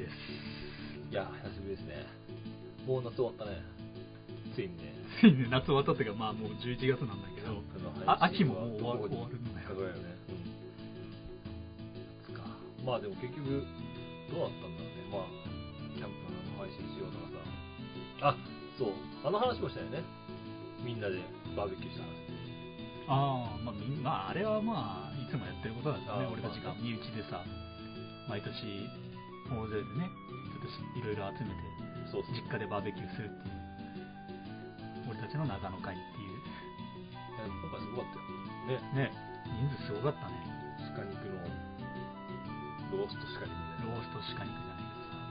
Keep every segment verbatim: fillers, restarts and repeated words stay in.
です。 いや久しぶりですね。もう夏終わったね。ついにね。 ついに夏終わったっていうか、まあもうじゅういちがつなんだけど、あ秋ももう終わるのよ。 数えるね。うん。か。まあでも結局どうだったんだろうね。まあキャンプの配信しようとかさ。あ、そう。あの話もしたよね。みんなでバーベキューした話。 ああ、まあみん、まああれはまあいつもやってることだからね。俺たちが身内でさ、毎年大勢でね、ちょっといろいろ集めて、 そうそう、 実家でバーベキューするっていう。俺たちの長野会っていう。 今回すごかったよね。 ね、人数すごかったね。 鹿肉のロースト鹿肉ね。 ロースト鹿肉じゃない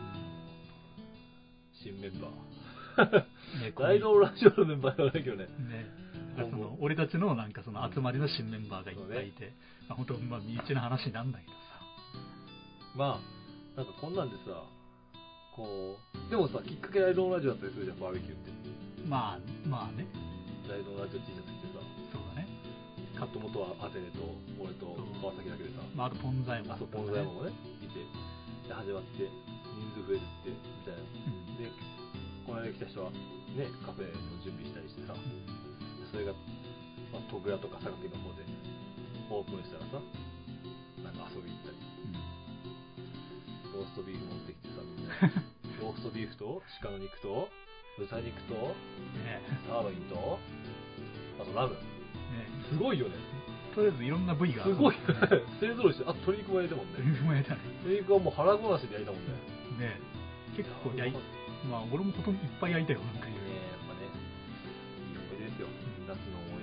けどさ、新メンバーね、大道ラジオのメンバーじゃないけどね。 ね、その俺たちのなんかその集まりの新メンバーがいっぱいいて、ね、まあ、本当まあ身内の話なんだけどさ、 まあなんかこんなんでさ、こうでもさ、きっかけ大道ラジオだったりするじゃん、バーベキューって。 まあまあね、 大道ラジオ T シャツ着てさ、 そうだね、 カット元はアテネと俺と川崎だけでさ、 まあ、あとポンザイモン、 あ、そう、ポンザイモンもねいて、で始まって人数増えるってみたいな、うん、でこの間来た人はね、カフェの準備したりしてさ、うん、それが、まあ、戸倉とか榊の方でオープンしたらさ、なんか遊び行ったり、うん、ローストビーフ持ってきてさ、みんなローストビーフと鹿の肉と豚肉と、ね、サーロインとあとラム、ね、すごいよね。 とりあえずいろんな部位がすごい勢ぞろいして、あと鶏肉も焼いたもんね。 鶏肉も焼いたね。 鶏肉はもう腹ごなしで焼いたもんね。 ね、結構焼いた。まあ俺もほとんどいっぱい焼いたよ、なんか。 ね、やっぱね、いい思い出ですよ、うん、夏の思い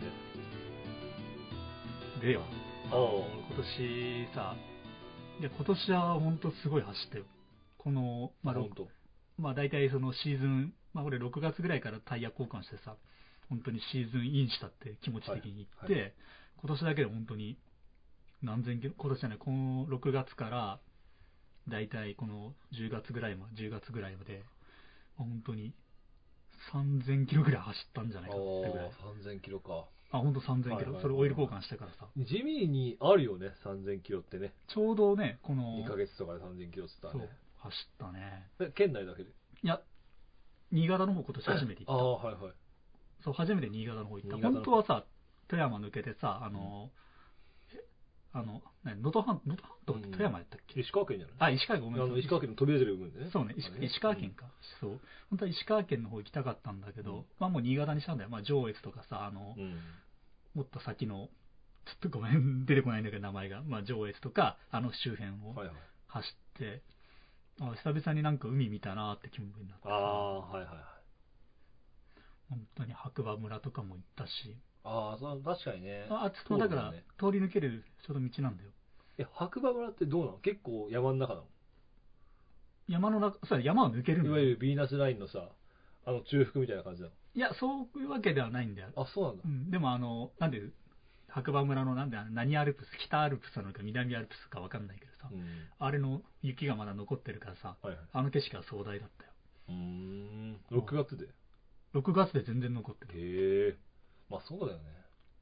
出。 でよ、ああ、今年さ、いや今年は本当すごい走ったよ。この、まあ、まあ大体そのシーズン、まあ俺ろくがつぐらいからタイヤ交換してさ、本当にシーズンインしたって気持ち的に言って、はいはい、今年だけで本当に何千キロ、今年じゃない、このろくがつから大体このじゅうがつぐらいまで、じゅうがつぐらいまで、本当にさんぜんキロぐらい走ったんじゃないかってぐらい。 さんぜんキロか。 あ、本当さんぜんキロ、はいはいはいはい。それオイル交換したからさ。 地味にあるよね、さんぜんキロってね。 ちょうどね、このにかげつとかでさんぜんキロって言ったらね。 そう、走ったね。 え、県内だけで？ いや、新潟の方今年初めて行った。 ああ、はいはい。 そう、初めて新潟の方行った。本当はさ、富山抜けてさ、あの、うん、え、あの、能登半能登半島って富山やったっけ？ 石川県じゃない？ あ、石川県、ごめんなさい。 石川県の飛び出てる部分でね。 そうね、石, 石川県か、うん。そう。本当は石川県の方行きたかったんだけど、うん、まあもう新潟にしたんだよ。まあ上越とかさ、あの、うん、もっと先の、ちょっとごめん、出てこないんだけど名前が、まあ上越とか、あの周辺を走って、はいはい、あ、久々になんか海見たなって気分になって。 ああ、はいはいはい。 本当に白馬村とかも行ったし。 ああ、そう、確かにね。 あ、あそこだから、ね、通り抜けるちょうど道なんだよ。 え、白馬村ってどうなの？結構山の中なの？ 山の中、そう山を抜けるんだよ。 いわゆるビーナスラインのさ、あの中腹みたいな感じなの？ いや、そういうわけではないんだよ。 あ、そうなんだ。 うん、でもあの、なんで、白馬村のなんで何アルプス、北アルプスなのか南アルプスか分かんないけどさ、うん、あれの雪がまだ残ってるからさ、はいはい、あの景色は壮大だったよ。 うーん、ろくがつでろくがつで全然残ってる。 へえ、まあそうだよね。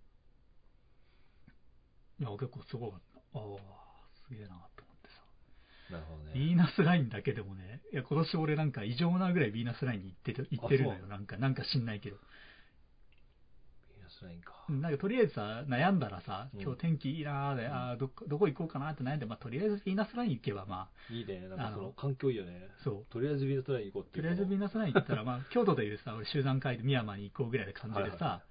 いや、結構すごかった。ああ、すげえなと思ってさ。 なるほどね。 ビーナスラインだけでもね、いや、今年俺なんか異常なぐらいビーナスラインに行って行ってるのよ。なんか、なんか知んないけど。 ビーナスラインか。 なんかとりあえずさ、悩んだらさ、今日天気いいなーで、うん、あど、どこ行こうかなって悩んで、まあとりあえずビーナスライン行けばまあ。 いいね、なんかその環境いいよね。 そう。 とりあえずビーナスライン行こうっていう。 とりあえずビーナスライン行ったら、まあ京都でいうさ、俺集団会で深山に行こうぐらいの感じでさ、はいはい、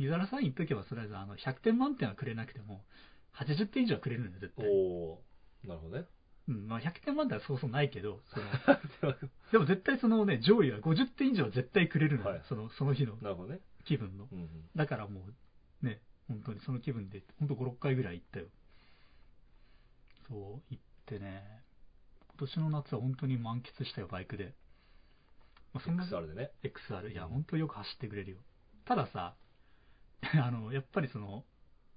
水原さん行っとけばとりあえずあのひゃくてん満点はくれなくても、はちじゅってん以上はくれるんだよ、絶対。 おー、なるほどね。 うん、まあひゃくてん満点はそうそうないけど、そのでも絶対そのね、上位はごじゅってん以上は絶対くれるのよ、はい、その、その日の気分の。 うんうん、 だからもう、ね、本当にその気分で、本当ご、ろっかいぐらい行ったよ。そう、行ってね、今年の夏は本当に満喫したよ、バイクで。 まあ、そんな エックスアール でね。 エックスアール、いや、本当よく走ってくれるよ。たださ、あの、やっぱりその、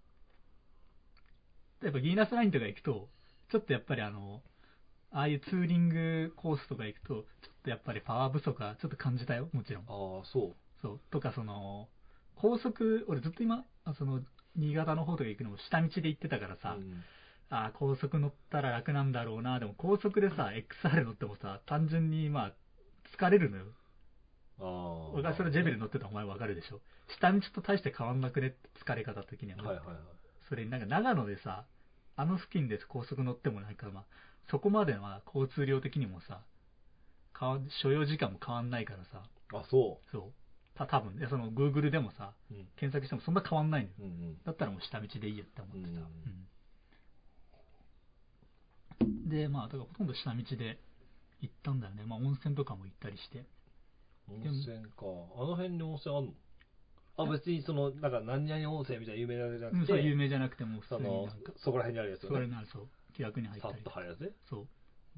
やっぱギーナスラインとか行くと、ちょっとやっぱりあの、ああいうツーリングコースとか行くと、ちょっとやっぱりパワー不足はちょっと感じたよ、もちろん。 ああ、そう。 そう。とか、その、高速、俺ずっと今、その、新潟の方とか行くのも下道で行ってたからさ、うん、 あー高速乗ったら楽なんだろうな。でも高速でさ エックスアール 乗ってもさ、単純にまあ疲れるのよ。 ああ。 俺がそれジェベル乗ってたお前わかるでしょ。下道と大して変わんなくね、疲れ方的には。 はいはいはい。 それになんか長野でさ、あの付近で高速乗ってもなんかまあそこまでは交通量的にもさ、変わ所要時間も変わんないからさ。 あ、そう。 そう。た多分ね、その Google でもさ、 うん、 検索してもそんな変わんないのよ。 うんうん、 だったらもう下道でいいやって思ってた。 うんうん、で、まあ、だからほとんど下道で行ったんだよね。まあ、温泉とかも行ったりして。 温泉か。あの辺に温泉あんの？あ、別にその、なんか何々温泉みたいな有名なやつじゃなくて、 うん、そう有名じゃなくても普通になんかそこら辺にあるやつよね。 そこら辺にある、そう。気楽に入ったり。 さっと入るやつね。 そう。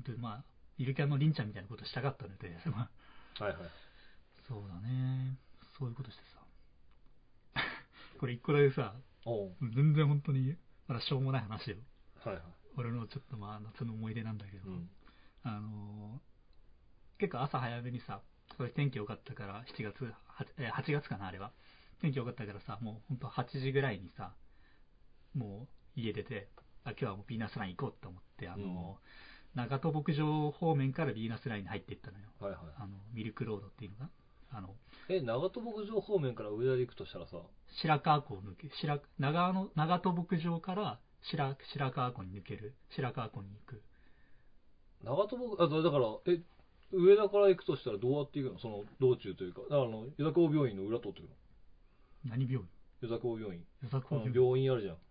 で、まあ、ゆるキャンのりんちゃんみたいなことしたかったので、 はいはい。 そうだね。そういうことしてさ。これ一個だけさ、全然本当に、まだしょうもない話よ。 はいはい。 俺のちょっとまあ夏の思い出なんだけど、 うん、 あのー、結構朝早めにさ、それ天気良かったからしちがつ、はちがつかなあれは。天気良かったからさ、もうほんとはちじぐらいにさ、もう家出て、あ今日はもうビーナスライン行こうと思って、あのー、うん、長戸牧場方面からビーナスラインに入っていったのよ。 はいはい。 あのミルクロードっていうのが。あのえ、長戸牧場方面から上田で行くとしたらさ、 白川湖を抜け、白長野長戸牧場から白白川湖に抜ける、白川湖に行く。 長戸牧、あ、だから、え、上田から行くとしたらどうやって行くの？その道中というか、だからあの、湯田港病院の裏通ってくるの？ 何病院？ 湯田港病院。 湯田港病院。 病院あるじゃん。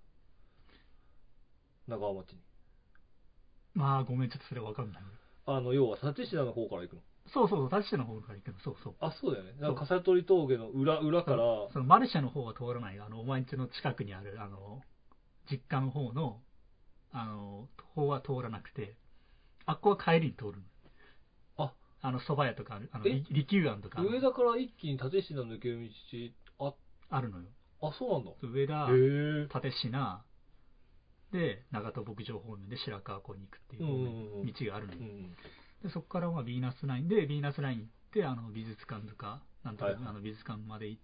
長浜町に。 まあ、ごめん、ちょっとそれわかんない。 あの、要は、立科の方から行くの？ そうそうそう、立科の方から行くの。そうそう。 あ、そうだよね。なんか、笠取峠の裏、裏から。 そのマルシェの方は通らない。あの、お前んちの近くにある、あの、実家の方の、あの、方は通らなくて、あっこは帰りに通るの。 あ、 あの、蕎麦屋とか、あの、利休庵とか。 上田から一気に立科の抜け道、あ、 あるのよ。 あ、そうなんだ。 上田、 立科、で、長戸牧場方面で白川湖に行くっていう方面、道があるのよ。でそこからまあビーナスラインで、ビーナスライン行って、あの美術館とか、なんとか、はい、あの美術館まで行って、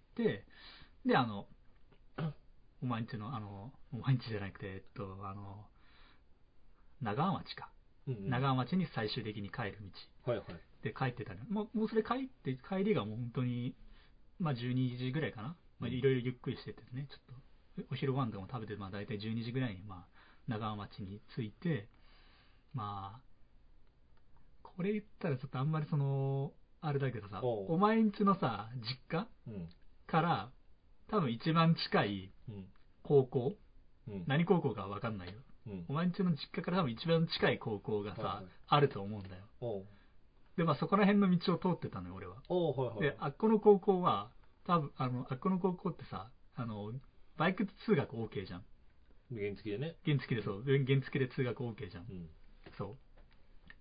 で、あの、お前んちの、あの、お前んちじゃなくて、えっと、あの、長浜町か。うんうん、長浜町に最終的に帰る道。はいはい。で、帰ってたの。もう、もうそれ帰って、帰りがもう本当に、まあじゅうにじぐらいかな。まあいろいろゆっくりしててね、ちょっと、お昼ご飯とかも食べて、まあ大体じゅうにじぐらいに、まあ、長浜町に着いて、まあ、これ言ったらちょっとあんまりその、あれだけどさ、お, お前んちのさ、実家、うん、から、多分一番近い高校、うん、何高校かわかんないよ、うん。お前んちの実家から多分一番近い高校がさ、はいはい、あると思うんだよ。で、まあそこら辺の道を通ってたのよ、俺は。はいはい、で、あっこの高校は、多分、あの、あっこの高校ってさ、あの、バイク通学 OK じゃん。 原付でね。 原付でそう、原付で通学 OK じゃん。うん、そう。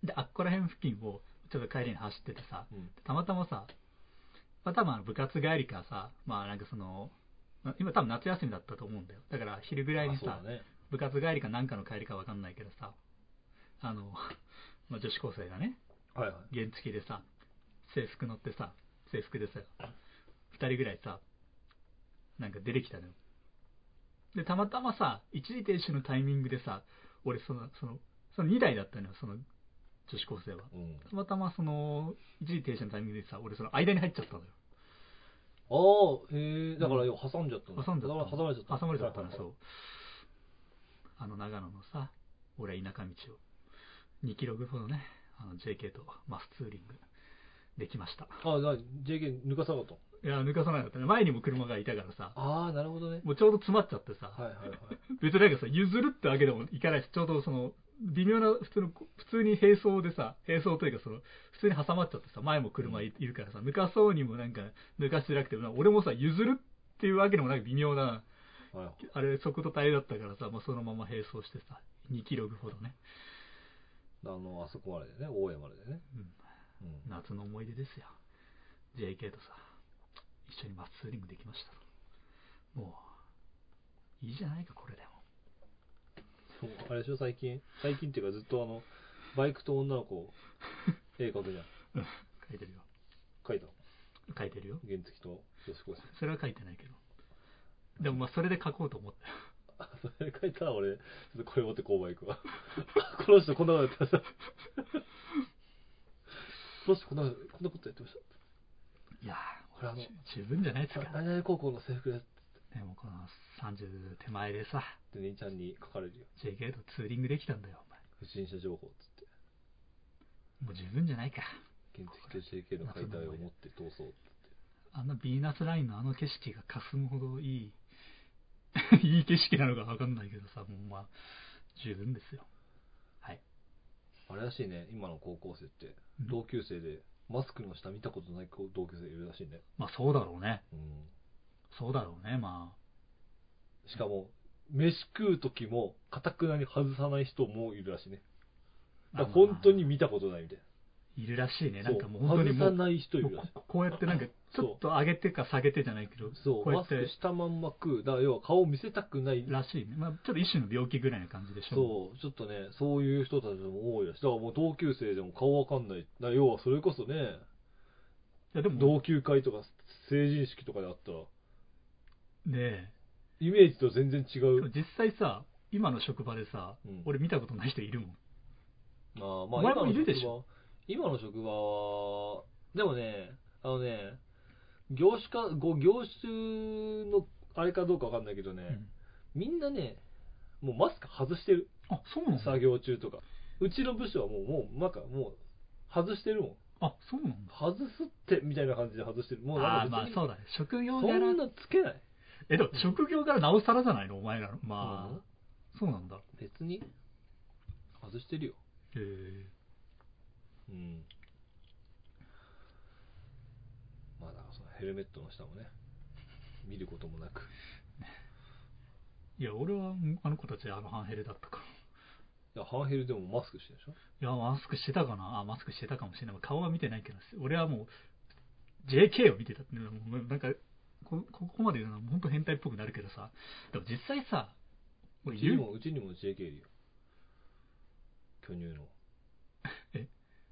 で、あっこら辺付近をちょっと帰りに走っててさ、うん、たまたまさ、まあ、多分部活帰りかさ、まあなんかその、今多分夏休みだったと思うんだよ。だから昼ぐらいにさ、ね、部活帰りかなんかの帰りかわかんないけどさ、あの、まあ、女子高生がね、はいはい、原付でさ、制服乗ってさ、制服でさ、二人ぐらいさ、なんか出てきたのよ。で、たまたまさ、一時停止のタイミングでさ、俺その、その、そのにだいだったのよ、その女子高生は。うん、たまたまその、一時停止のタイミングでさ、俺その間に入っちゃったのよ。 ああ、へえ、だからよ、挟んじゃったの。 挟んじゃったの。 挟まれちゃった。 挟まれちゃったの、そう。あの長野のさ、俺は田舎道を、にキロほどね、あの ジェーケー とマスツーリングできました。 ああ、ジェーケー 抜かさなかった？ いや、抜かさなかったね。前にも車がいたからさ。 ああ、なるほどね。 もうちょうど詰まっちゃってさ。 はいはいはい。 別になんかさ、譲るってわけでもいかないし、ちょうどその、微妙な、普通の、普通に並走でさ、並走というかその、普通に挟まっちゃってさ、前も車いるからさ、抜かそうにもなんか、抜かしてなくて、俺もさ、譲るっていうわけでもなく微妙な、はい、あれ、速度帯だったからさ、まあ、そのまま並走してさ、にキロほどね。 あの、あそこまでね、大江までね。 うん。うん、夏の思い出ですよ。ジェーケー とさ、一緒にマスツーリングできました。もう、いいじゃないか、これでも。 そう、あれでしょ、最近。最近っていうかずっとあの、バイクと女の子、絵描くじゃん。 うん、描いてるよ。 描いたの？ 描いてるよ。 原付と女子高生。 それは描いてないけど。でもまあ、それで描こうと思ったよ。 それ書いたら俺、ちょっとこれ持って購買行くわ。この人こんなことやってました。この人こんな、こんなことやってました。 いやこれあの、 十分じゃないですか。 何々高校の制服です。 でもこのさんじゅう手前でさ、 で、兄ちゃんに書かれるよ。 ジェーケー とツーリングできたんだよ、お前。 不審者情報っつって。 もう十分じゃないか。 原付と ジェーケー の解体を持って逃走っつって。 あんなビーナスラインのあの景色が霞むほどいい、いい景色なのか分かんないけどさ、もうまあ、十分ですよ。はい。 あれらしいね、今の高校生って、同級生で、マスクの下見たことない同級生いるらしいね。 まあそうだろうね。 うん。 そうだろうね、ましかも、飯食う時も、かたくなに外さない人もいるらしいね。だから本当に見たことないみたいな。 いるらしいね。なんかもう本当にもう、 外さない人いるらしい。 ここうやってなんか、ちょっと上げてか下げてじゃないけど、 そう、 こうやってマスクしたまんま食う。だから要は顔を見せたくない。 らしいね。まあちょっと一種の病気ぐらいな感じでしょ。 そう、ちょっとね、そういう人たちも多いらしい。だからもう同級生でも顔わかんない。だから要はそれこそね、 いやでも同級会とか成人式とかであったら、 ねえ、イメージと全然違う。 実際さ、今の職場でさ、うん、俺見たことない人いるもん。 ああ、まあ、 お前もいるでしょ。 今の職場は、でもね、あのね、業種か、業種のあれかどうかわかんないけどね、うん、みんなね、もうマスク外してる。 あ、そうなの？ 作業中とか。うちの部署はもう、もう、なんかもう、外してるもん。 あ、そうなんだ。 外すって、みたいな感じで外してる。もうなんか別に、あ、まあそうだね。職業柄。そんなつけない。 え、でも職業柄なおさらじゃないのお前らの。まあ、うん、そうなんだ。 別に、外してるよ。 へえ。うん。 まあだからそのヘルメットの下もね、見ることもなく。 いや、俺はあの子たちあのハンヘルだったから。 いや、ハンヘルでもマスクしてるでしょ？ いや、マスクしてたかなあ、マスクしてたかもしれない。顔は見てないけど、俺はもう ジェーケー を見てたって、ね、なんかこ、ここまで言うのは本当変態っぽくなるけどさ、でも実際さ、 うちにも、うちにも ジェーケー いるよ。巨乳の。 え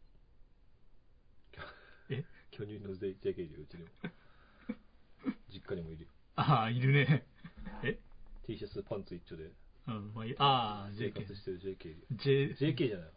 え巨乳の ジェーケー いるよ、うちにも。実家にもいるよ。 ああ、いるね。え T シャツ、パンツ一丁で。 うん、まあ、ああ、 生活してる ジェーケー いるよ。 J、 ジェーケー じゃない。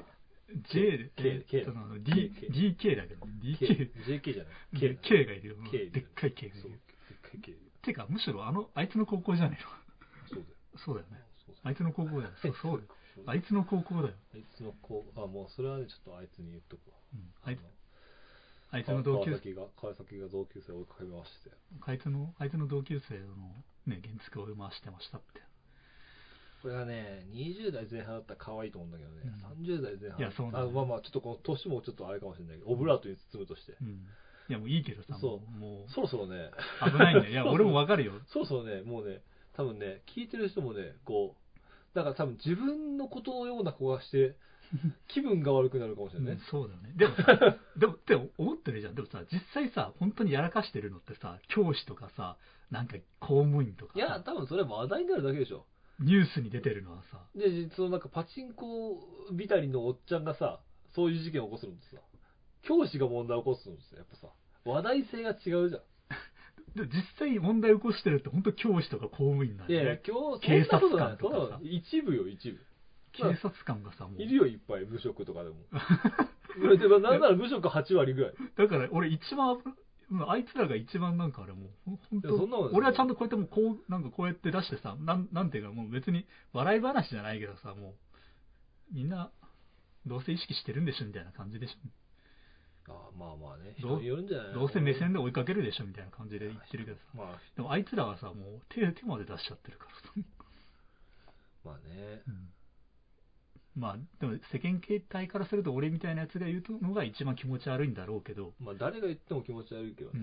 J、J、 K、K、 D、ディーケー だけど、ディーケー。 ジェーケー じゃない。 K、K がいるよ。 K でっかい K がいるよ。 でっかい K。 てか、むしろあの、あいつの高校じゃねえの。そうだよ。 そうだよね。あいつの高校だよ。そう、そうだよ。あいつの高校だよ。 あいつの高校、あ、もうそれはね、ちょっとあいつに言っとくわ。 うん。あいつ、あいつの同級生。川崎が、川崎が同級生を追いかけ回して。 あいつの、あいつの同級生のね、原付を回してましたって。 これはね、にじゅう代前半だったら可愛いと思うんだけどね、うん、さんじゅう代前半。 いや、そうなんだ、 ね、あ、まあまあ、ちょっとこの年もちょっとあれかもしれないけど、オブラートに包むとして。 うん。いや、もういいけどさ、 そう。もうそろそろね、 危ないんだよ。いや、俺もわかるよ。 そろそろね、もうね、多分ね、聞いてる人もね、こう、だから多分自分のことのような子がして、気分が悪くなるかもしれないね。 うん、そうだよね。でもさ、でも、って思ってるじゃん。でもさ、実際さ、本当にやらかしてるのってさ、教師とかさ、なんか公務員とかさ。 いや、多分それは話題になるだけでしょ。 ニュースに出てるのはさ。 で、そのなんかパチンコビタリのおっちゃんがさ、そういう事件を起こすのってさ、教師が問題を起こすのってやっぱさ、話題性が違うじゃん。 で実際問題を起こしてるって本当教師とか公務員なんだよね。 いやいや、今日、 警察官とかさ。 一部よ、一部。 警察官がさ、もう。 いるよ、いっぱい、無職とかでも。でもなんなら無職はち割ぐらい。 だから俺一番、あいつらが一番なんかあれもう、本当俺はちゃんとこうやってもうこう、なんかこうやって出してさ、なん、なんていうかもう別に笑い話じゃないけどさ、もう、みんな、どうせ意識してるんでしょみたいな感じでしょ。 ああ、まあまあね。 どう言うんじゃないどうせ目線で追いかけるでしょみたいな感じで言ってるけどさ。まあ、でもあいつらはさ、もう手、手まで出しちゃってるからさ。 まあね。 うん、まあ、でも世間形態からすると俺みたいなやつが言うのが一番気持ち悪いんだろうけど。 まあ誰が言っても気持ち悪いけどね。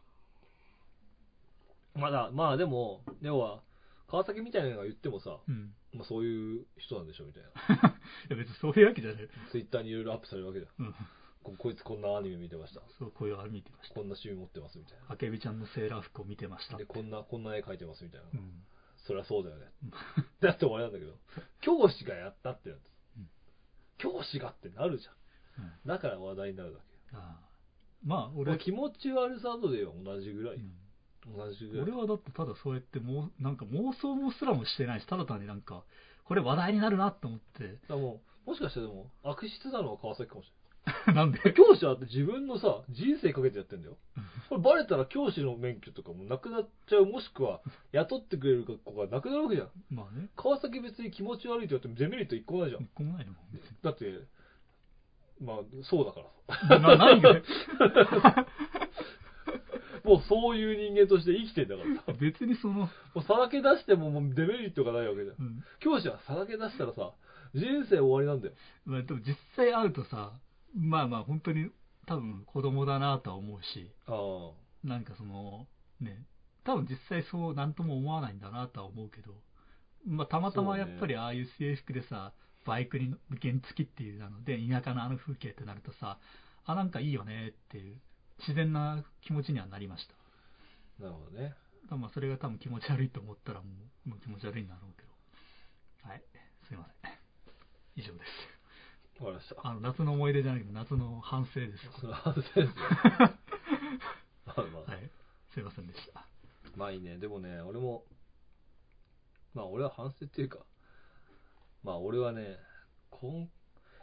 うん、まだ、まあでも、要は、川崎みたいなのが言ってもさ、うん、まあそういう人なんでしょみたいな。 いや別にそういうわけじゃない。 ツイッターにいろいろアップされるわけじゃん。うん、こ, こいつこんなアニメ見てました。 そう、こういうアニメ見てました。 こんな趣味持ってますみたいな。 あけびちゃんのセーラー服を見てました。 で、こんな、こんな絵描いてますみたいな。うん、そりゃそうだよね。だって終わりなんだけど、教師がやったってやつ。うん、教師がってなるじゃん。うん、だから話題になるだけ。あまあ、俺まあ気持ち悪さとでは同じぐらい。うん、 同じぐらい。 俺はだってただそうやってもうなんか妄想もすらもしてないし、ただ単になんかこれ話題になるなと思って。 だもうもしかしてでも悪質なのは川崎かもしれない。 なんで教師はって自分のさ人生かけてやってんだよ。これバレたら教師の免許とかもなくなっちゃう、もしくは雇ってくれる子がなくなるわけじゃん。 まあね。 川崎別に気持ち悪いって言ってもデメリット一個もないじゃん。 一個もないの。 だってまあそうだからな何がもうそういう人間として生きてんだからさ。 別にそのもうさらけ出してももうデメリットがないわけじゃん。うん、教師はさらけ出したらさ人生終わりなんだよ。 まあでも実際会うとさ、まあまあ本当に多分子供だなとは思うし、 あなんかそのね、多分実際そうなんとも思わないんだなとは思うけど、まあたまたまやっぱりああいう制服でさ、バイクに原付っていうなので田舎のあの風景ってなるとさ、あなんかいいよねっていう自然な気持ちにはなりました。 なるほどね。 まあそれが多分気持ち悪いと思ったらもう、もう気持ち悪いんだろうけど、はい、すいません。以上です。 わかりました。 あの夏の思い出じゃなくて夏の反省です。 その反省ですね。まあまあ、 はい、すいませんでした。 まあいいね。でもね、俺もまあ俺は反省っていうか、まあ俺はね、今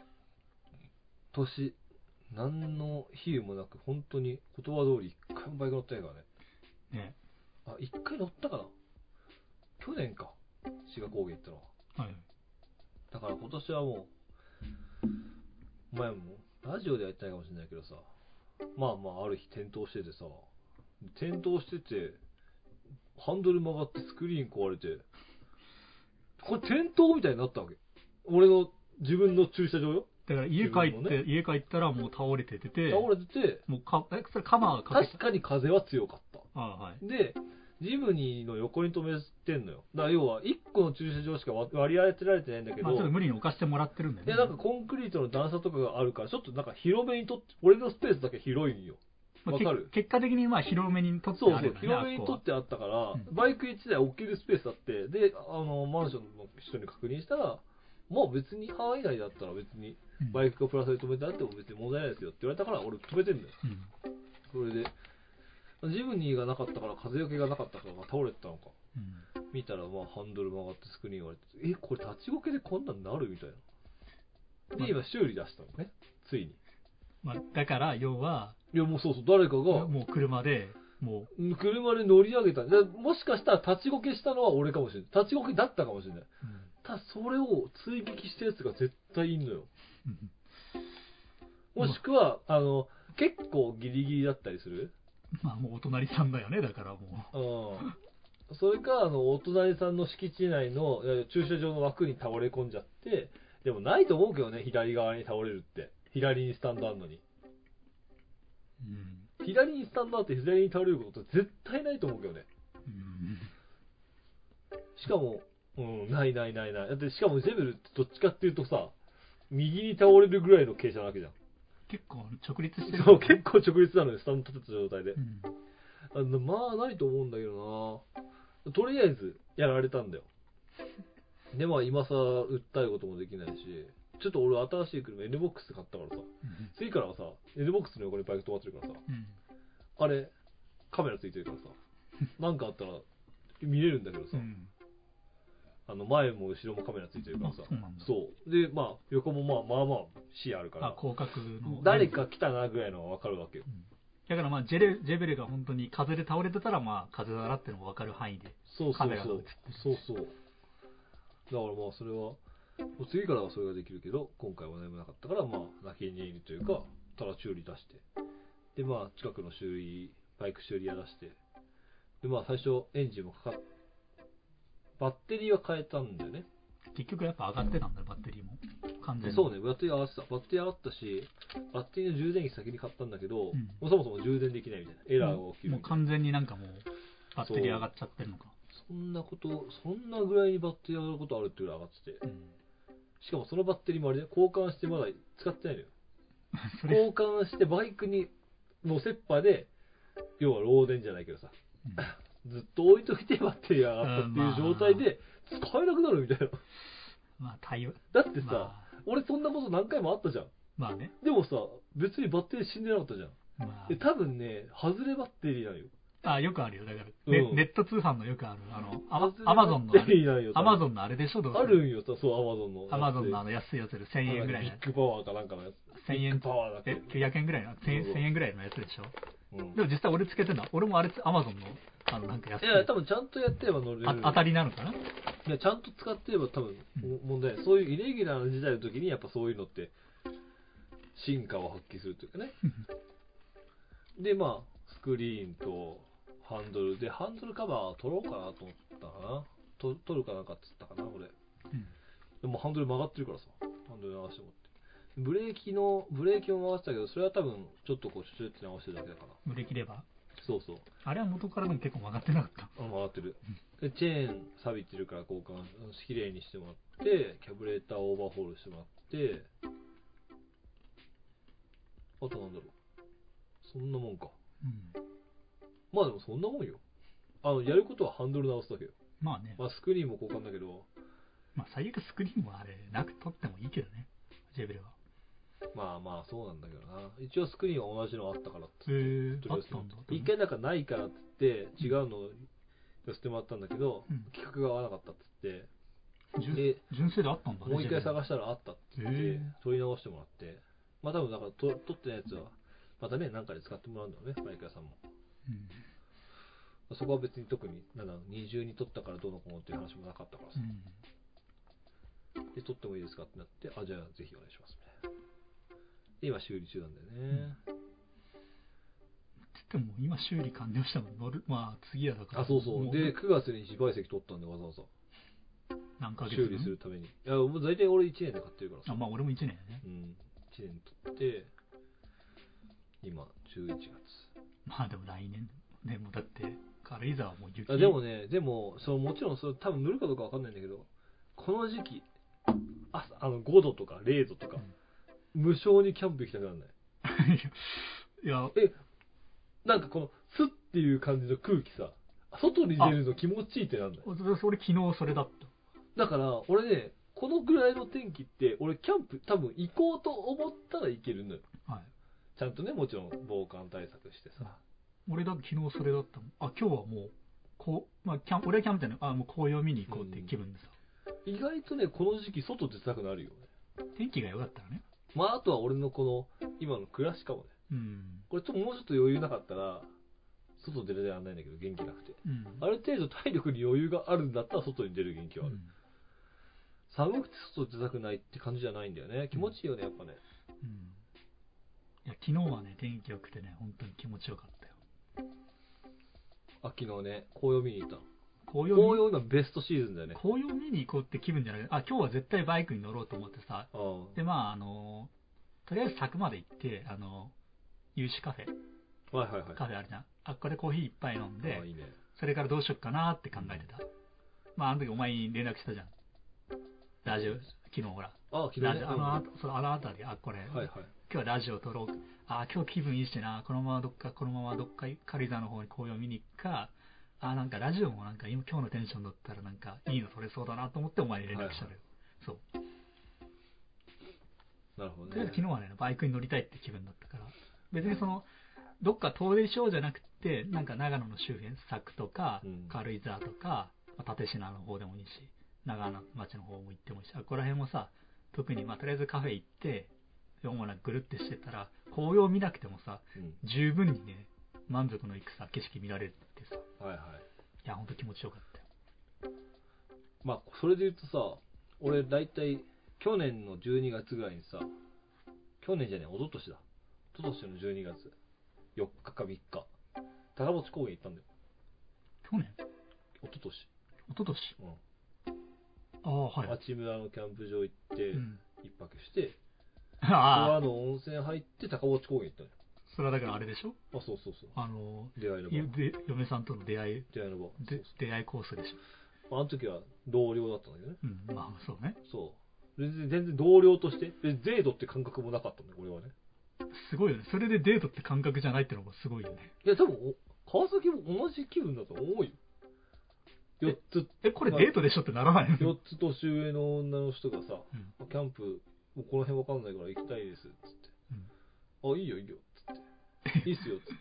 年何の比喩もなく本当に言葉通り一回もバイク乗ってないからね。 ね。 あ、一回乗ったかな。去年か。志賀高原行ったのは。 はい。 だから今年はもう前もラジオでは言ってないかもしれないけどさ、まあまあある日転倒しててさ、転倒しててハンドル曲がってスクリーン壊れて、これ転倒みたいになったわけ。俺の自分の駐車場よ。 だから家帰って、ね、家帰ったらもう倒れててて、 倒れてて、 もうかえそれカバーかけ確かに風は強かった。 ああ、はい。 でジムニーの横に止めてんのよ。だから要はいっこの駐車場しか割り当てられてないんだけど、 まあ、ちょっと無理に置かしてもらってるんだよね。 でなんかコンクリートの段差とかがあるからちょっとなんか広めにとって、俺のスペースだけ広いんよ。わかる？ 結果的にまあ広めにとってある、ね、 そうそう、広めにとってあったから、うん、バイクいちだい置けるスペースあって、であのマンションの人に確認したら、もう別に範囲内だったら別にバイクがプラスで止めてあっても別に問題ないですよって言われたから俺止めてんだよ。うん、それでジムニーがなかったから風よけがなかったから倒れてたのか、うん、見たらまあハンドル曲がってスクリーン割れて、えこれ立ちこけでこんなんなるみたいな。で今修理出したのね、ついに。 まあ、だから要はいやもうそうそう、誰かがもう車でもう車で乗り上げた。もしかしたら立ちこけしたのは俺かもしれない。立ちこけだったかもしれない。うん、ただそれを追撃したやつが絶対いんのよ。もしくはあの結構ギリギリだったりする。 まあもうお隣さんだよね、だからもう。うん。それかあのお隣さんの敷地内の駐車場の枠に倒れ込んじゃって、でもないと思うけどね、左側に倒れるって。左にスタンドあんのに。うん、左にスタンドあって左に倒れることって絶対ないと思うけどね。うん、しかも、うん、ないないないない。だってしかもゼブルってどっちかっていうとさ、右に倒れるぐらいの傾斜なわけじゃん。 結構直立してる、ね。 そう、結構直立なのよ、スタンド立てた状態で。うん、あのまあないと思うんだけどな。とりあえずやられたんだよ。でまあ今さ訴えることもできないし、ちょっと俺新しい車 N ボックス買ったからさ、うん、次からはさ N ボックスの横にバイク止まってるからさ、うん、あれカメラついてるからさなんかあったら見れるんだけどさ、うん、あの前も後ろもカメラついてるからさ、そうそうでまあ横もまあまあまあ視野あるから、 あ広角の誰か来たなぐらいのが分かるわけよ、うん、 だからまあジェレジェベルが本当に風で倒れてたらまあ風だなってのも分かる範囲でカメラが映ってる。 そうそうそうだからまあそれは次からはそれができるけど、今回は何もなかったから、まあ泣き寝入りというか、ただ修理出して、でまあ近くの修理バイク修理屋出して、でまあ最初エンジンもかかっバッテリーは変えたんだよね。 結局やっぱ上がってたんだよ、バッテリーも完全に。 そうね、バッテリー上がってた。バッテリー上がったし、バッテリーの充電器先に買ったんだけど、うん、もうそもそも充電できないみたいなエラーが起きる。 もう完全になんかもうバッテリー上がっちゃってるのか。 そんなことそんなぐらいにバッテリー上がることあるっていうぐらい上がってて、うん、しかもそのバッテリーもあれね、交換してまだ使ってないのよ交換してバイクにの切羽で、要は漏電じゃないけどさ、うん、ずっと置いといてバッテリーが上がったっていう状態で使えなくなるみたいな、 まあ、対応だってさ、まあ、俺そんなこと何回もあったじゃん。 まあね。 でもさ別にバッテリー死んでなかったじゃん、まあ、で多分ね外れバッテリーなのよ。 あ、よくあるよ。だから、ねうんネット通販のよくある、あの、アマ外れアマゾンのあれ、 いないよアマゾンのあれでしょ、どうせあるんよ、そう、アマゾンの。 アマゾンのあの安いやつでせんえんぐらいのやビッグパワーかなんかのやつ。 つ。せんえんビッグパワーだっけえ、きゅうひゃくえんぐらいの、せんそうそうえんぐらいのやつでしょ。 うんでも実際俺つけてるのは、俺もあれ、アマゾンの、あの、なんか安い。 いや、多分ちゃんとやってれば乗れる。 あ当たりなのかな。 いや、ちゃんと使ってれば多分うん問題ない。そういうイレギュラーな時代の時にやっぱそういうのって進化を発揮するというかね。で、まあ、スクリーンとハンドルで、ハンドルカバー取ろうかなと思ったかな。と取るかなんかっつったかな、俺。 うんでもハンドル曲がってるからさ、ハンドル流してもって。ブレーキの、ブレーキも回ってたけど、それは多分ちょっとこう、シュッて直してるだけだから。 ブレーキレバー。 そうそう。 あれは元からでも結構曲がってなかった。 あ、回ってる。で、チェーン錆びてるから交換、きれいにしてもらって、キャブレーターオーバーホールしてもらって、あとなんだろう。そんなもんか。 うん。 まあでもそんなもんよ。あの、やることはハンドル直すだけよ。 まあね。 まあスクリーンも交換だけど、 まあ最悪スクリーンもあれ、なく取ってもいいけどね。ジェベルは。 まあまあそうなんだけどな。一応スクリーンは同じのあったからっつって。 へーとりあえずあったんだ一回なんかないからっつって違うのを寄せてもらったんだけど、 うん企画が合わなかったっつって、 純で純正であったんだね。 もう一回探ししたらあったっつってへー取り直してもらって、まあ多分だからと取ってないやつはまたね何かで使ってもらうんだろうね、バイク屋さんも。 うん。 そこは別に特になんだろう二重に取ったからどうのこうのっていう話もなかったからさ、 うん。 で取ってもいいですかってなって、あ、じゃあぜひお願いしますみたいな。で今修理中なんだよね。 つっても今修理完了したの乗る、まあ次はだから。 あ、そうそう。 もで、くがつに自賠責取ったんで、わざわざ。 何ヶ月修理するために。いや、もう大体俺いちねんで買ってるからさ。 あ、まあ俺もいちねんね。 うん。いちねん取って、今、じゅういちがつ。 まあでも来年、でもだって、軽井沢も雪。 あでもね、でも、そうもちろんそれ多分塗るかどうかわかんないんだけど、この時期、ああのごどとかれいどとか、無償にキャンプ行きたくならない。 いや、 え、なんかこの、スッっていう感じの空気さ、外に出るの気持ちいいってなんだよ。 それ昨日それだった。 だから、俺ね、このぐらいの天気って、俺キャンプ多分行こうと思ったらいけるのよ。 はい。 ちゃんとね、もちろん防寒対策してさ。 俺だって昨日それだったもん。あ、今日はもう、こう、まあ、キャン俺はキャンプじゃない、あ、もう紅葉見に行こうっていう気分でさ。 意外とね、この時期外出たくなるよね。 天気が良かったらね。 まあ、あとは俺のこの、今の暮らしかもね。 うん。 これちょっともうちょっと余裕なかったら、外出れられないんだけど、元気なくて。 うん。 ある程度体力に余裕があるんだったら外に出る元気はある。 うん寒くて外出たくないって感じじゃないんだよね。気持ちいいよね、やっぱね。 うん。いや、昨日はね、天気良くてね、本当に気持ちよかったよ。 あ、昨日ね、紅葉見に行ったの。 紅葉見紅葉今ベストシーズンだよね。 紅葉見に行こうって気分じゃない。あ、今日は絶対バイクに乗ろうと思ってさ。 ああで、まあ、あの、とりあえず柵まで行って、あの、有志カフェ、 はいはいはい。 カフェあるじゃん。あっこでコーヒーいっぱい飲んでああ、いいね。 それからどうしよっかなって考えてた。まあ、あの時お前に連絡したじゃん。ラジオ、昨日ほら。 ああ、昨日ね。 ラジオあの、あそのあのあたり、あ、これ、 はいはい。 今日はラジオ撮ろう。あ、今日気分いいしな。このままどっか、このままどっか、軽井沢の方に紅葉見に行くか。あ、なんかラジオもなんか今今日のテンションだったらなんかいいの撮れそうだなと思ってお前に連絡したのよ。そう。 なるほどとりあえずね。 昨日はね、バイクに乗りたいって気分だったから。別にその、どっか遠出しようじゃなくて、なんか長野の周辺、佐久とかうん、 軽井沢とか、まあ立科の方でもいいし、長野町の方も行ってもいいし、あここら辺もさ、特にまあとりあえずカフェ行って、主なぐるってしてたら、紅葉見なくてもさ、 うん。 十分にね、満足のいくさ、景色見られるってさ、 はいはい。 いや、ほんと気持ちよかったよ。 まあ、それで言うとさ、俺大体、去年のじゅうにがつぐらいにさ、去年じゃねえ、一昨年だ。一昨年のじゅうにがつ、よっかかみっか、高持高原行ったんだよ。 去年一昨年。 一昨年うん。 ああ、はい。 町村のキャンプ場行って、 うん。 一泊して、 ああ、 川の温泉入って高持高原行ったのよ。 それはだからあれでしょあ、そうそうそう。 あの、 出会いの場。 ゆで嫁さんとの出会い、 出会いの場。 で出会いコースでしょ。 あの時は同僚だったんだけどね。 うん、まあそうね。 そう。全然、全然同僚として、でデートって感覚もなかったんだよ、俺はね。 すごいよね。それでデートって感覚じゃないってのもすごいよね。 いや、多分、お川崎も同じ気分だと思うよ。よっつ、 え、これデートでしょってならないの？ よっつ年上の女の人がさ、 うんキャンプ、もうこの辺わかんないから行きたいです、つって。あ、いいよいいよ、つって。いいっすよ、つって。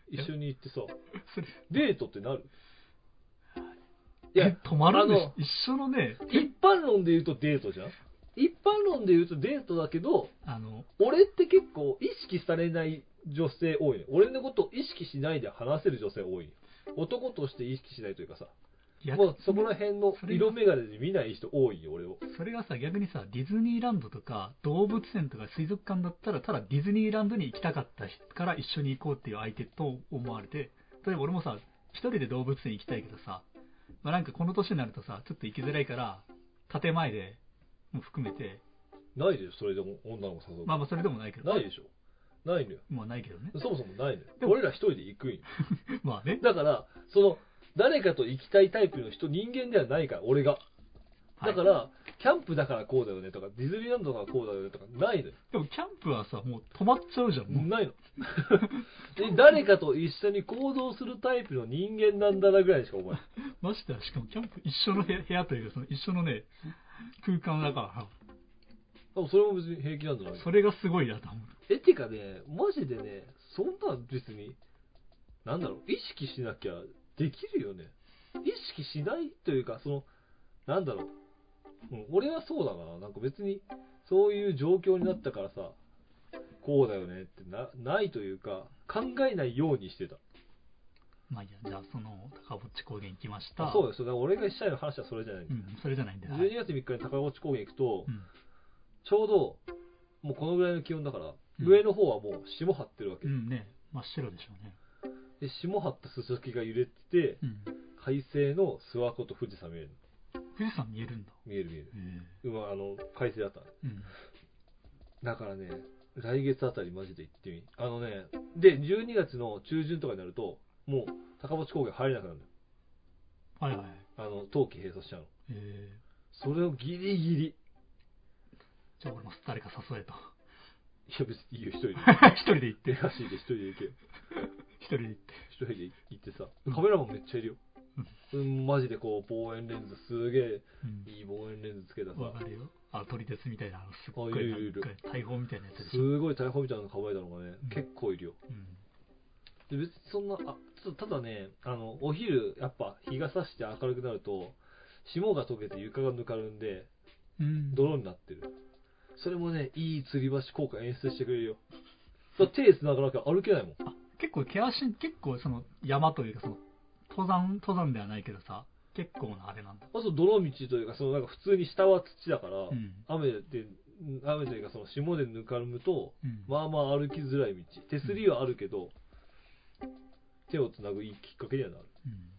一緒に行ってさ、 それデートってなる？ いや、止まるんでしあの一緒のね、 一般論で言うとデートじゃん。一般論で言うとデートだけど、 あの、 俺って結構意識されない女性多いね。俺のことを意識しないで話せる女性多い。男として意識しないというかさ、もうそこら辺の色眼鏡で見ない人多いよ、俺を。 それがさ、逆にさ、ディズニーランドとか動物園とか水族館だったら、ただディズニーランドに行きたかった人から一緒に行こうっていう相手と思われて、例えば俺もさ、一人で動物園行きたいけどさ、まあ、なんかこの年になるとさ、ちょっと行きづらいから、建前でも含めて、 ないでしょ、それでも女の子誘う。 まあまあそれでもないけど。 ないでしょ。ないのよ。 まあないけどね。 そもそもないのよ。俺ら一人で行くんよ。 まあね。 だから、その、誰かと行きたいタイプの人、人間ではないから、俺が。だから、はい、キャンプだからこうだよねとか、ディズニーランドだからこうだよねとか、ないのよ。 でもキャンプはさ、もう止まっちゃうじゃん。もうないの。で誰かと一緒に行動するタイプの人間なんだなぐらいしか思えない。 ましては、しかもキャンプ一緒の部屋部屋というか、その一緒のね、空間だから。 でもそれも別に平気なんじゃない？ それがすごいなと思う。 え、てかね、マジでね、そんな別に、なんだろう、意識しなきゃできるよね。意識しないというか、その、なんだろう、うん、俺はそうだな。なんか別に、そういう状況になったからさ、こうだよねってな、ないというか、考えないようにしてた。 まあいいや、じゃあその、高ぼっち高原行きました。 そうです。だから俺がしたいの話はそれじゃないんだ。 うん、それじゃないんだよ。 じゅうにがつみっかに高ぼっち高原行くと、 うん、 ちょうど、もうこのぐらいの気温だから、うん、上の方はもう霜張ってるわけ。 うんね、真っ白でしょうね。 で、霜張ったすすきが揺れてて、うん、快晴の諏訪湖と富士山見える。 富士山見えるんだ。 見える見える。うま、あの、快晴だったね。 うん。 だからね、来月あたりマジで行ってみ。あのね、で、じゅうにがつの中旬とかになると、もう、高ぼっち高原入れなくなるんだよ。 はいはい。 あの、冬季閉鎖しちゃうの。 へえ。 それをギリギリ。 じゃあ俺も誰か誘えと。 いや別にいいよ、一人で。 一人で行って。 らしいで一人で行けよ。 一人で行って。 一人で行ってさ、カメラマンめっちゃいるよ。うん、マジでこう、望遠レンズ、すげえ、いい望遠レンズつけたさ。 わかるよ。あ、撮り鉄みたいな、すっごい、 あ、いるいる。 大砲みたいなやつでしょ。 すごい大砲みたいなの構えたのがね、うん、結構いるよ。 うん、 で別にそんな、あ、ちょっとただね、あの、お昼、やっぱ日が差して明るくなると、霜が溶けて床がぬかるんで、 うん、 泥になってる。それもね、いい吊り橋効果演出してくれるよ。だ手繋がなきゃ歩けないもん。 あ、結構険しい、結構その山というかその登山、登山ではないけどさ、結構なあれなんだ。 あと泥道というか、そのなんか普通に下は土だから、 うん、 雨で、雨というかその霜でぬかるむと、 うん、 まあまあ歩きづらい道。手すりはあるけど、うん、手を繋ぐいいきっかけにはなる。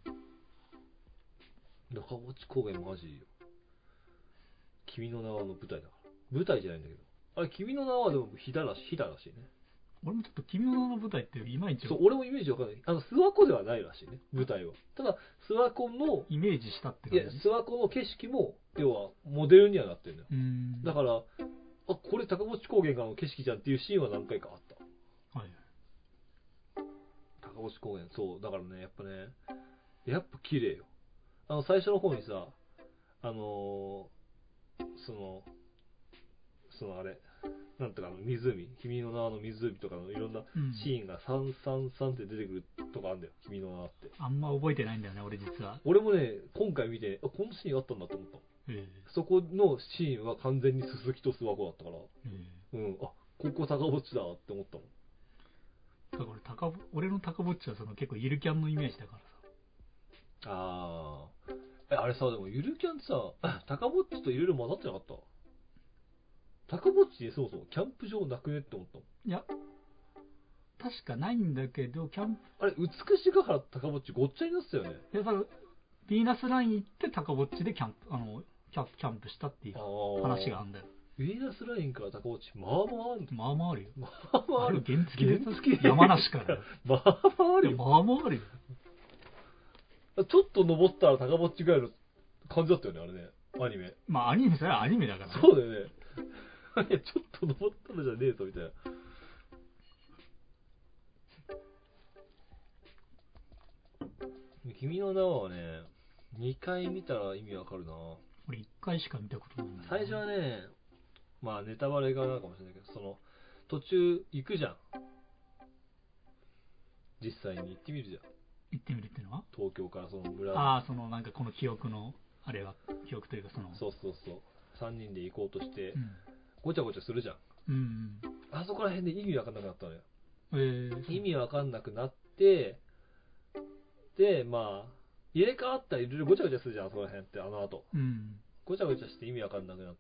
うん、中落高原マジいいよ。君の名はの舞台だから。舞台じゃないんだけど。あれ、君の名はでも飛騨らしい、飛騨らしいね。 俺もちょっと君の名の舞台っていまいち。 そう、俺もイメージわかんない。あの、諏訪湖ではないらしいね、舞台は。ただ、諏訪湖の、 イメージしたって感じ。いや、諏訪湖の景色も、要は、モデルにはなってるんだよ。 うん。 だから、あ、これ高持高原の景色じゃんっていうシーンは何回かあった。 はい。 高持高原、そう、だからね、やっぱね、やっぱ綺麗よ。あの、最初の方にさ、あのー、その、そのあれ、なんとかの湖、君の名の湖とかのいろんなシーンがさんさんさんって出てくるとかあるんだよ、君の名って。 あんま覚えてないんだよね、俺実は。 俺もね、今回見て、あ、このシーンあったんだと思った。えー、そこのシーンは完全に鈴木と諏訪湖だったから、えー、うん、あ、ここ高ぼっちだって思ったもん。 だから高俺の高ぼっちはその結構ゆるキャンのイメージだからさ。ああ。え、あれさ、でもゆるキャンってさ、高ぼっちといろいろ混ざってなかった？高ぼっちでそもそもキャンプ場なくねって思ったもん。 いや、確かないんだけど、キャンプ。 あれ、美しが原高ぼっちごっちゃになってたよね。 いや、だから、ヴィーナスライン行って高ぼっちでキャンプ、あの、キャキャンプしたっていう話があるんだよ。 ヴィーナスラインから高ぼっち、まあまあある。 まあまああるよ。 まあまあある。 原付で原付山梨から。 まあまああるよ。 まあまああるよ。 ちょっと登ったら高ぼっちぐらいの感じだったよね、あれね。アニメ。 まあアニメ、それはアニメだから、 ね。そうだよね。ちょっと登ったのじゃねえぞみたいな。君の名はね、にかい見たら意味わかるな。 俺いっかいしか見たことないんだ、ね。 最初はね、まあネタバレがなるかもしれないけど、その途中行くじゃん。 実際に行ってみるじゃん。 行ってみるっていうのは東京からその村に。 ああ、そのなんかこの記憶の、あれは、記憶というかその。 そうそうそう。さんにんで行こうとして、 うん、 ごちゃごちゃするじゃん。 うんうん。 あそこら辺で意味わかんなくなったのよ。 えー、 意味わかんなくなって、で、まあ、入れ替わったらいろいろごちゃごちゃするじゃん、あそこら辺って、あの後。 うん。 ごちゃごちゃして意味わかんなくなって、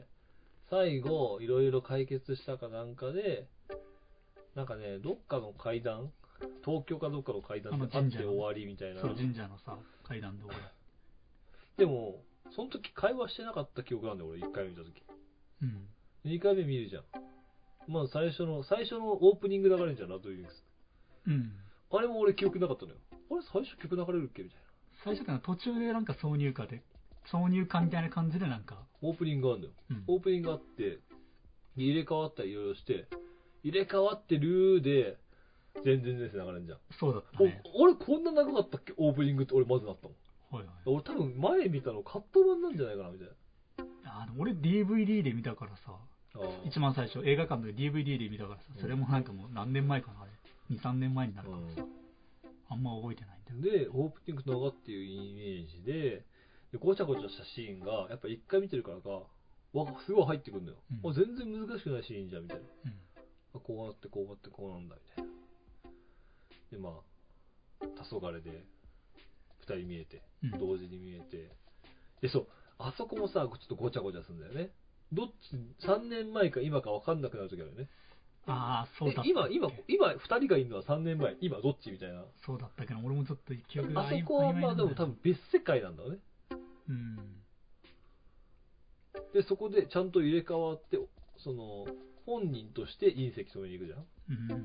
最後、いろいろ解決したかなんかで、なんかね、どっかの階段、東京かどっかの階段であって終わりみたいな。 そう、神社のさ、階段どこでも、その時会話してなかった記憶なんだよ、俺、いっかいめ見た時。 うん。 にかいめ見るじゃん。まず最初の、最初のオープニング流れるじゃん、ラッドウィングス。 うん。 あれも俺記憶なかったのよ。あれ、最初曲流れるっけみたいな。 最初から途中でなんか挿入歌で、挿入歌みたいな感じでなんか。 オープニングがあるんだよ。 うん、 オープニングがあって、入れ替わったりいろいろして、入れ替わってるで、全然全然流れるじゃん。 そうだったね。 俺こんな長かったっけオープニングって俺まずなったもん。 はいはい。 俺多分前見たのカット版なんじゃないかなみたいな。 あの俺 ディーブイディー で見たからさ、一番最初映画館で ディーブイディー で見たからさ、それもなんかもう何年前かな、あれ。に、さんねんまえになるからさ、うん、あんま覚えてないんだよ。 で、オープニング長っていうイメージで、でごちゃごちゃしたシーンが、やっぱ一回見てるからか、わすごい入ってくるんだよ。うん、全然難しくないシーンじゃんみたいな。うん、こうなってこうなってこうなんだみたいな。で、まあ、黄昏でふたり見えて、同時に見えて、で、そう、あそこもさ、ちょっとごちゃごちゃするんだよね。どっち、さんねんまえか今か分かんなくなる時あるよね。 ああ、そうだった。 今、今、今、ふたりがいるのはさんねんまえ、今どっちみたいな。 そうだったけど、俺もちょっと記憶があそこはまあでも多分別世界なんだよね。 うん。 で、そこでちゃんと入れ替わって、その、本人として隕石止めに行くじゃん。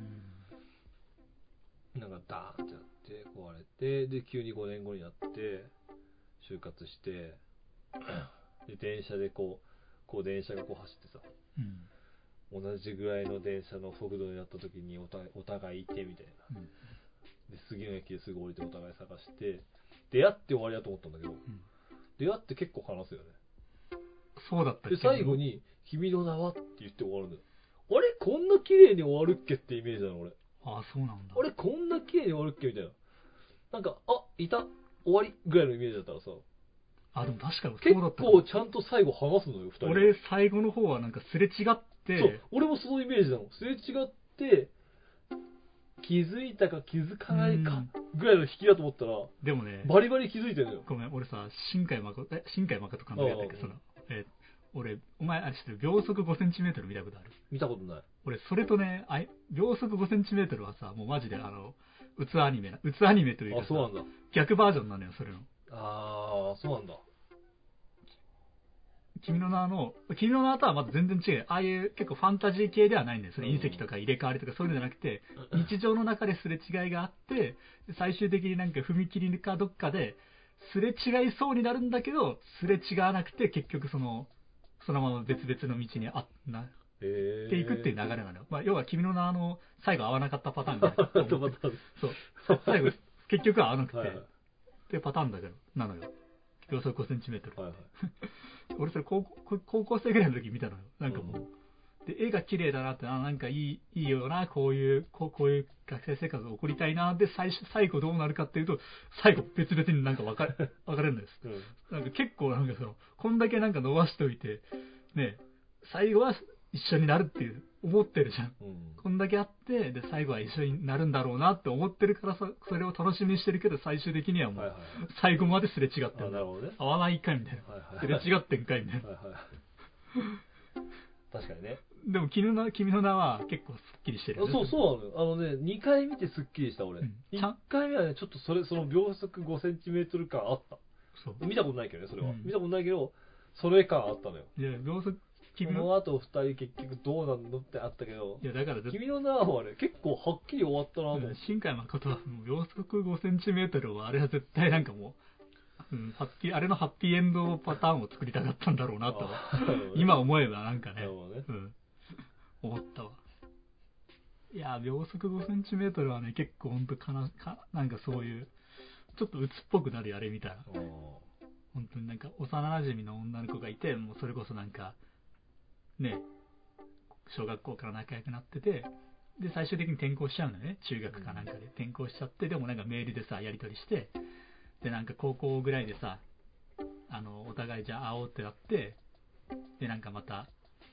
うん。なんかダーンってなって、壊れて、で、急にごねんごになって、就活して、で、電車でこう、こう電車がこう走ってさ、うん、同じぐらいの電車の速度になった時にお互い、お互いいてみたいな、うん、で次の駅ですぐ降りてお互い探して出会って終わりだと思ったんだけど、うん、出会って結構話すよね。 そうだったっけ。 で最後に君の名はって言って終わるんだよ。あれこんな綺麗に終わるっけってイメージなの俺。 ああそうなんだ。 あれこんな綺麗に終わるっけみたいな。なんかあいた終わりぐらいのイメージだったらさ。 あ、でも確かにそうだった。結構ちゃんと最後話すのよ、二人。 俺、最後の方はなんかすれ違って。 そう、俺もそのイメージなの。すれ違って、気づいたか気づかないかぐらいの引きだと思ったら、 でもね、 バリバリ気づいてるのよ。 ごめん、俺さ、新海誠、え、新海誠監督やったっけ、その、え、俺、お前、あれ知ってる、秒速ごセンチメートル見たことある？ 見たことない。 俺、それとね、あい秒速ごセンチメートルはさ、もうマジで、あの、うつアニメな、うつアニメというかさ、 あ、そうなんだ。 逆バージョンなのよ、それの。 あー、そうなんだ。 君の名の、君の名とはまた全然違う。ああいう結構ファンタジー系ではないんだよ。それ隕石とか入れ替わりとかそういうのじゃなくて、日常の中ですれ違いがあって、最終的になんか踏切かどっかですれ違いそうになるんだけど、すれ違わなくて結局その、そのまま別々の道にあなっていくっていう流れなのよ。まあ、要は君の名の最後合わなかったパターンみたいな。そう。最後、結局は合わなくて、はいはい、っていうパターンだけど、なのよ。秒速ごセンチメートル。はいはい俺それ高校、高校生ぐらいの時見たのよ。なんかもう。うん、で、絵が綺麗だなって、あ、なんかいい、いいよな、こういう、こうこういう学生生活を送りたいな。で、最初、最後どうなるかっていうと、最後別々になんか分かれ、分かれるんです。うん、なんか結構なんかその、こんだけなんか伸ばしといて、ね、最後は一緒になるっていう、思ってるじゃん。うん、こんだけあって、で、最後は一緒になるんだろうなって思ってるからさ、それを楽しみにしてるけど、最終的にはもう、最後まですれ違ってる。 はいはい、なるほどね。 合わないんかいみたいな。はいはいはい、すれ違ってんかいみたいな。はいはい、 確かにね。 でも君の、君の名は結構スッキリしてるよね。 そう、そうなのよ。あのね、にかい見てスッキリした俺。うん、いっかいめはね、ちょっとそれ、その秒速ごセンチメートル感あった。そう。見たことないけどね、それは。うん、見たことないけど、それ感あったのよ。 いや、秒速、 君の後ふたり結局どうなんのってあったけど、 いやだから君の名はね、結構はっきり終わったなと思って。 新海誠はもう秒速ごセンチメートルはあれは絶対なんかもう、うん、はっきりあれのハッピーエンドパターンを作りたかったんだろうなとは、今思えばなんかね、ねうん、思ったわ。いや秒速ごセンチメートルはね結構本当かなかなんかそういうちょっと鬱っぽくなるあれ見たら、本当になんか幼馴染の女の子がいて、もうそれこそなんか。ね、小学校から仲良くなってて、 で、最終的に転校しちゃうのね。中学かなんかで転校しちゃって、でもなんかメールでさ、やり取りして、で、なんか高校ぐらいでさ、あの、お互いじゃあ会おうってなって、で、なんかまた、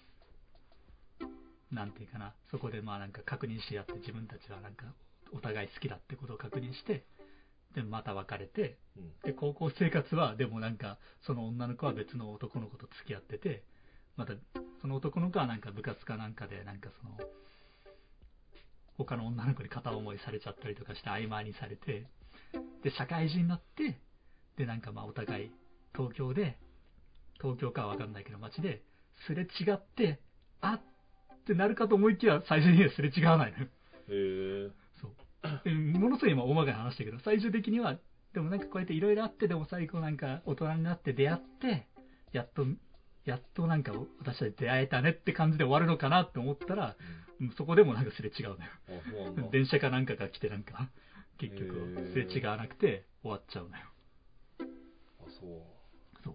なんていうかな、そこでまあなんか確認し合って、自分たちはなんかお互い好きだってことを確認して、で、また別れて、で、高校生活は、でもなんか、その女の子は別の男の子と付き合ってて、また、その男の子はなんか部活かなんかで、なんかその、他の女の子に片思いされちゃったりとかして曖昧にされて、で、社会人になって、で、なんかまあお互い東京で、東京かはわかんないけど街ですれ違って、あってなるかと思いきや最初にはすれ違わないのよ。 へえ。 そう。でものすごい今大まかに話したけど、最終的には、でもなんかこうやっていろいろあって、でも最後なんか大人になって出会って、やっと、やっとなんか私たち出会えたねって感じで終わるのかなって思ったら、うん、そこでもなんかすれ違うのよ。 あ、そうなんだ。 電車かなんかが来てなんか、結局すれ違わなくて終わっちゃうのよ。 あ、そう。 そう。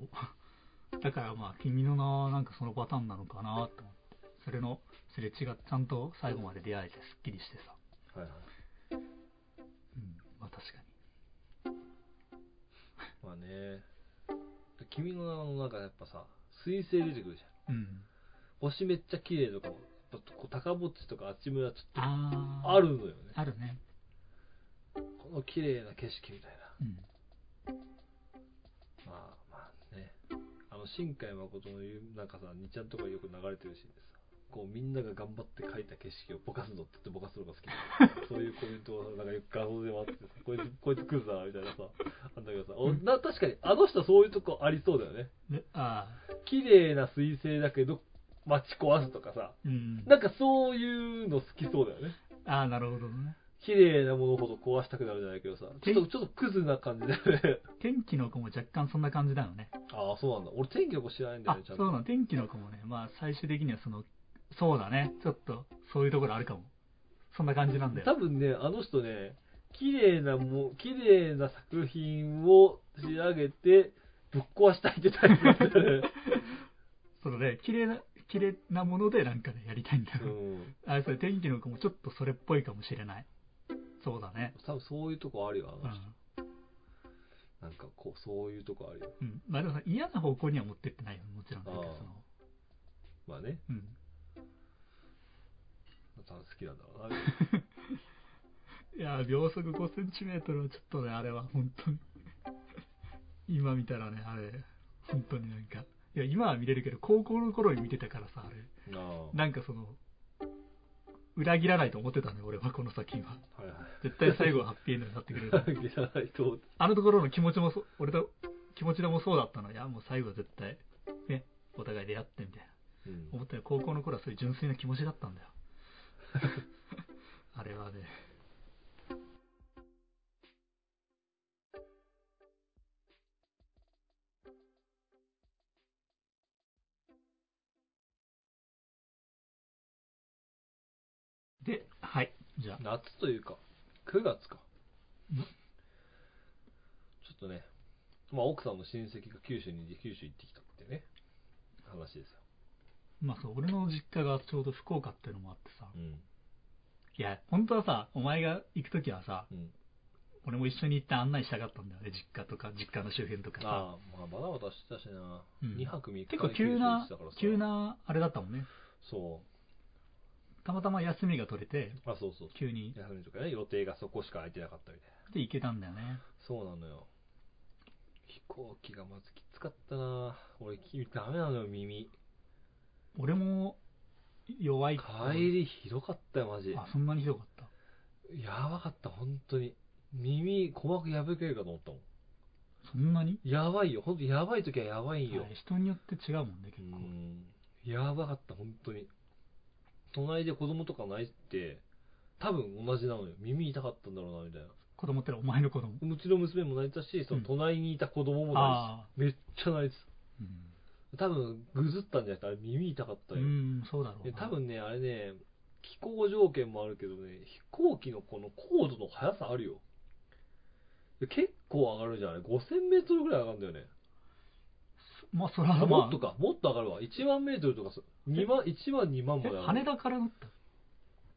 だからまあ、君の名はなんかそのパターンなのかなと思って。それのすれ違って、ちゃんと最後まで出会えてすっきりしてさ。 はいはい。 うん、まあ確かに。 まあね。君の名の中やっぱさ、彗星出てくるじゃん。うん。星めっちゃ綺麗とかも、こう高ぼっちとかあっち村ちょっとあるのよね。 あるね。 この綺麗な景色みたいな。うん、まあまあね。あの新海誠の言うなんかさ、にちゃんとかよく流れてるシーンでさ、こうみんなが頑張って描いた景色をぼかすぞって言ってぼかすのが好きでそういうコメントをなんかよく画像でもあってさ、こいつこいつ来るぞみたいなさ、あんだけどさ、おな確かにあの人そういうとこありそうだよね。ね、ああ、綺麗な彗星だけど街壊すとかさ、うん、なんかそういうの好きそうだよね。 ああ、なるほどね。 綺麗なものほど壊したくなるじゃないけどさ、ちょっとちょっとクズな感じだよね。 天気の子も若干そんな感じだよね。 ああ、そうなんだ。俺天気の子知らないんだよね、ちゃんと。 そうなの、天気の子もね、まあ最終的にはその、そうだね、ちょっとそういうところあるかも。そんな感じなんだよ。 多分ね、あの人ね、綺麗なも、綺麗な作品を仕上げて、ぶっ壊したいってタイプなんだよね。 そのね、綺麗な、綺麗なものでなんかね、やりたいんだよ。うん、あ、それ天気の子もちょっとそれっぽいかもしれない。そうだね。 多分そういうとこあるよ、あの人。うん、なんかこう、そういうとこあるよ。 うん。まあでもさ、嫌な方向には持ってってないよ、もちろん。なんかその。 まあね。うん。多分好きなんだろうな。 いや、秒速ごセンチメートルはちょっとね、あれは本当に。今見たらね、あれ、本当になんか。いや、今は見れるけど、高校の頃に見てたからさ、あれ。あなんかその、裏切らないと思ってたね、俺はこの作品は。はいはい、絶対最後はハッピーエンドになってくれる。裏切らないと。あのところの気持ちもそ、俺と気持ちでもそうだったの。いや、もう最後は絶対、ね、お互い出会ってみたいな。うん、思ったよ。高校の頃はそういう純粋な気持ちだったんだよ。あれはね。で、はい。じゃあ。 夏というか、くがつか。ちょっとね、まあ奥さんの親戚が九州に九州行ってきたってね、話ですよ。 まあそう、俺の実家がちょうど福岡っていうのもあってさ。うん、いや、本当はさ、お前が行くときはさ、うん、俺も一緒に行って案内したかったんだよね、実家とか、実家の周辺とかさ。ああ、まあバタバタしてたしな。うん、にはくみっか結構急な、急な、あれだったもんね。そう。たまたま休みが取れて、 あ、そうそう。 急に。 休みとかね、予定がそこしか空いてなかったみたいな。 で、行けたんだよね。 そうなのよ。飛行機がまずきつかったな。俺、ダメなのよ、耳。 俺も、弱い。 帰りひどかったよ、マジ。 あ、そんなにひどかった。 やばかった、本当に。耳、鼓膜破けるかと思ったもん。 そんなにやばいよ、本当にやばい時はやばいよ。 人によって違うもんね、結構。うん。 やばかった、本当に。隣で子供とか泣いて、多分同じなのよ。耳痛かったんだろうな、みたいな。 子供ってのはお前の子供？ うちの娘も泣いたし、その隣にいた子供も泣いて、うん、めっちゃ泣いてた。うん、多分、ぐずったんじゃなくて、あれ耳痛かったよ。 うん、そうだろうな。 多分ね、あれね、気候条件もあるけどね、飛行機のこの高度の速さあるよ。結構上がるじゃん。ごせんメートルぐらい上がるんだよね。 まあ、それは、まあ、 もっとか、もっと上がるわ。いちまんメートルとか、にまん、いちまんにまんまで上がる。 羽田から乗った？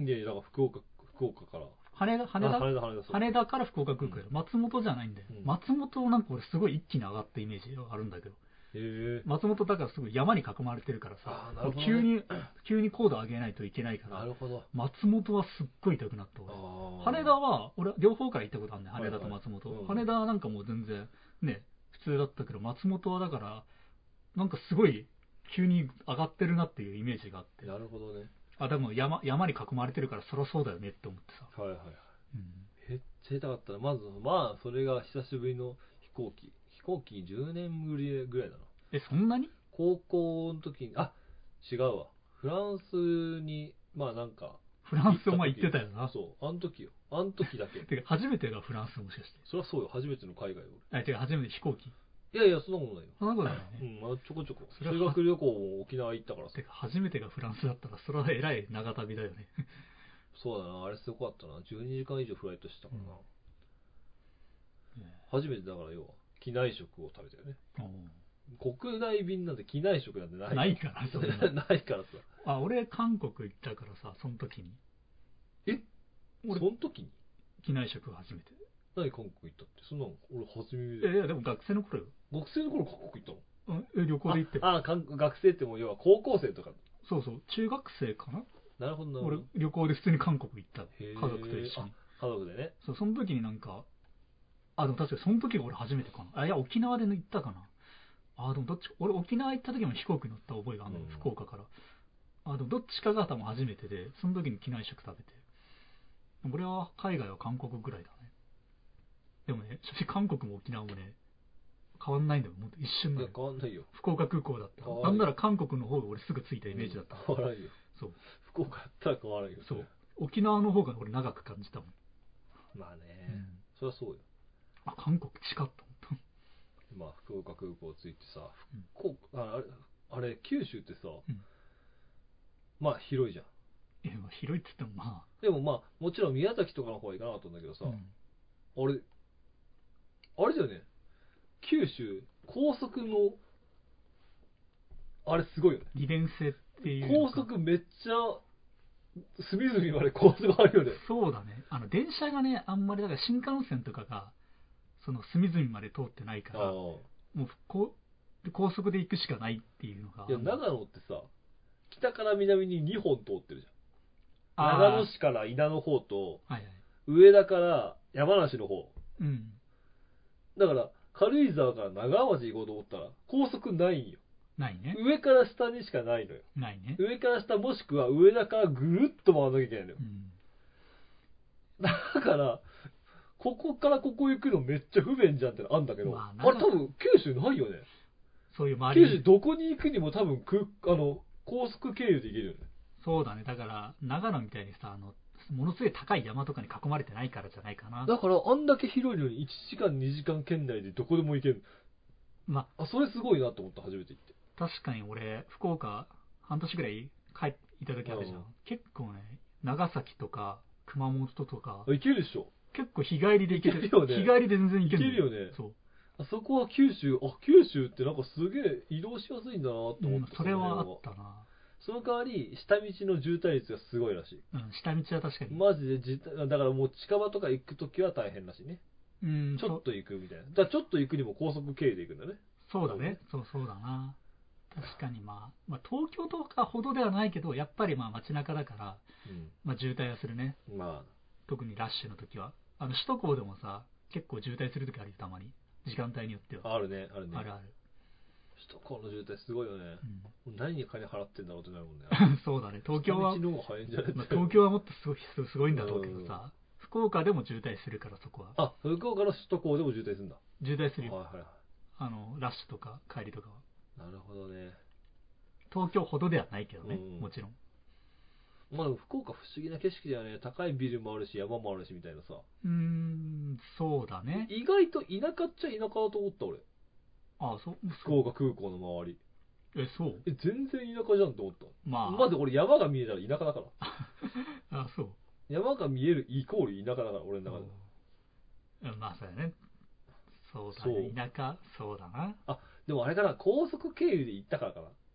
いやいや、だから福岡、福岡から。 羽田、羽田、 羽田、羽田、 羽田から福岡空港よ、 うん、 松本じゃないんだよ。 うん、 松本なんか俺すごい一気に上がったイメージがあるんだけど。 へ松本だからすごい山に囲まれてるからさ、 ね、 急に、急に高度上げないといけないから、 なるほど。 松本はすっごい痛くなった俺。羽田は、俺両方から行ったことあるね、羽田と松本。はいはい、うん、羽田はなんかもう全然ね、普通だったけど、松本はだから、なんかすごい急に上がってるなっていうイメージがあって。 なるほどね。 あ、でも山、山に囲まれてるからそりゃそうだよねって思ってさ。 はいはいはい。うん、めっちゃ痛かったな。まず、まあ、それが久しぶりの飛行機。飛行機じゅうねんぶりぐらいだな。 え、そんなに？ 高校の時に、あ、違うわ。フランスに、まあなんか。 フランスお前行ってたよな。 そう、あの時よ。あの時だけ。 てか、初めてがフランスもしかして。 そりゃそうよ。初めての海外俺。あ、てか、初めて飛行機。 いやいや、そんなことないよ。 そんなことないよね。 うん、まあ、ちょこちょこ。修学旅行も沖縄行ったからさ。 てか、初めてがフランスだったら、それはえらい長旅だよね。 そうだな、あれすごかったな。じゅうにじかん以上フライトしてたからな。うん、初めてだから要は、機内食を食べたよね。国内便なんて機内食なんてない。 ないから、そんな。 ないからさ。 あ、俺、韓国行ったからさ、その時に。 え俺、その時に機内食初めて。 何韓国行ったって？そんなの俺初めて。 いやいや、でも学生の頃よ。 学生の頃韓国行ったの？ え、旅行で行ってああ、学生ってもう要は高校生とか。 そうそう、中学生かな。 なるほどなるほど。 俺、旅行で普通に韓国行った。家族と一緒に。 家族でね。 そう、その時になんか、あ、でも確かにその時が俺初めてかな。あ、いや、沖縄で行ったかな。あ、でもどっち、俺沖縄行った時も飛行機乗った覚えがあるの、うん、福岡から。あ、でもどっちかが多分初めてで、その時に機内食食べて。俺は海外は韓国ぐらいだね。でもね、正直韓国も沖縄もね、変わんないんだよ。もう一瞬だよ。 いや、変わんないよ。 福岡空港だった。なんなら韓国の方が俺すぐ着いたイメージだった。 うん、変わらんよ。 そう。 福岡やったら変わらんよ。 そう。沖縄の方が俺長く感じたもん。 まあね、うん、そりゃそうよ。 あ、韓国近かった。 まあ、福岡空港着いてさ、福岡、うん、あれ、あれ、九州ってさ、うん、まあ広いじゃん。 いや、広いって言ってもまあ。 でもまあ、もちろん宮崎とかの方は行かなかったんだけどさ、うん、あれ、あれだよね、九州、高速の、あれすごいよね。 利便性っていう。 高速めっちゃ、隅々まで高速あるよね。 そうだね。あの、電車がね、あんまり、だから新幹線とかが、その隅々まで通ってないから、もうこう高速で行くしかないっていうのが。 いや、長野ってさ、北から南ににほん通ってるじゃん。長野市から稲の方と、はいはい、上田から山梨の方。うん。だから、軽井沢から長浜町行こうと思ったら、高速ないんよ。 ないね。 上から下にしかないのよ。 ないね。 上から下もしくは上田からぐるっと回らなきゃいけないのよ。うん、だから、ここからここ行くのめっちゃ不便じゃんってのあるんだけど、まあ、あれ多分九州ないよね。 そういう周り九州どこに行くにも多分くあの高速経由で行けるよね。 そうだね。だから長野みたいにさ、あのものすごい高い山とかに囲まれてないからじゃないかな。 だからあんだけ広いのにいちじかんにじかん圏内でどこでも行ける。まあ、それすごいなと思った、初めて行って。 確かに俺福岡半年ぐらい帰っていた時あるじゃん。結構ね、長崎とか熊本とか行けるでしょ。 結構日帰りで行ける。 よね、 日帰りで全然行ける。 行けるよね。 そう。 あそこは九州、あ、九州ってなんかすげえ移動しやすいんだなと思って、うん、 それはあったな。 その代わり、下道の渋滞率がすごいらしい。 うん、下道は確かに。 マジでじ、だからもう近場とか行くときは大変らしいね。うん。ちょっと行くみたいな。だからちょっと行くにも高速経由で行くんだね。 そうだね。そうそうだな。確かにまあ、まあ、東京とかほどではないけど、やっぱりまあ街中だから、うん、まあ渋滞はするね。まあ。特にラッシュの時は。あの、首都高でもさ、結構渋滞する時あるよ、たまに。時間帯によっては。 あるね、あるね。 あるある。 首都高の渋滞すごいよね。うん、何に金払ってんだろうってなるもんね。 そうだね。東京は、 の方が早いんじゃない、 まあ、東京はもっとすごい、すごいんだろうけどさ、福岡でも渋滞するから、そこは。 あ、福岡の首都高でも渋滞するんだ。 渋滞するよ。 はいはいはい。 あの、ラッシュとか帰りとかは。 なるほどね。 東京ほどではないけどね、うん、もちろん。 まあでも福岡不思議な景色だよね。高いビルもあるし、山もあるしみたいなさ。 うーん、そうだね。 意外と田舎っちゃ田舎だと思った俺。 ああ、そう。 福岡空港の周り。 え、そう。 え、全然田舎じゃんと思った。 まあ。 まず俺山が見えたら田舎だから。 あ、そう。 山が見えるイコール田舎だから、俺の中で。まあ、そうだね。そうだね。田舎、そうだな。 あ、でもあれかな、高速経由で行ったからかな。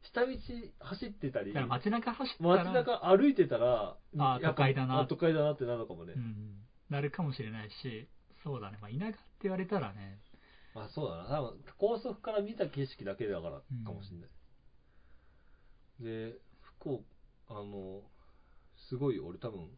下道走ってたり、 だから街中走ったら、 街中歩いてたら、 あ都会だな、 あ都会だなってなるのかもね。 うん、なるかもしれないし、そうだね、まあ、田舎って言われたらね、 まあそうだな、多分高速から見た景色だけだからかもしれない。うん、で、福岡、あの、すごい俺多分、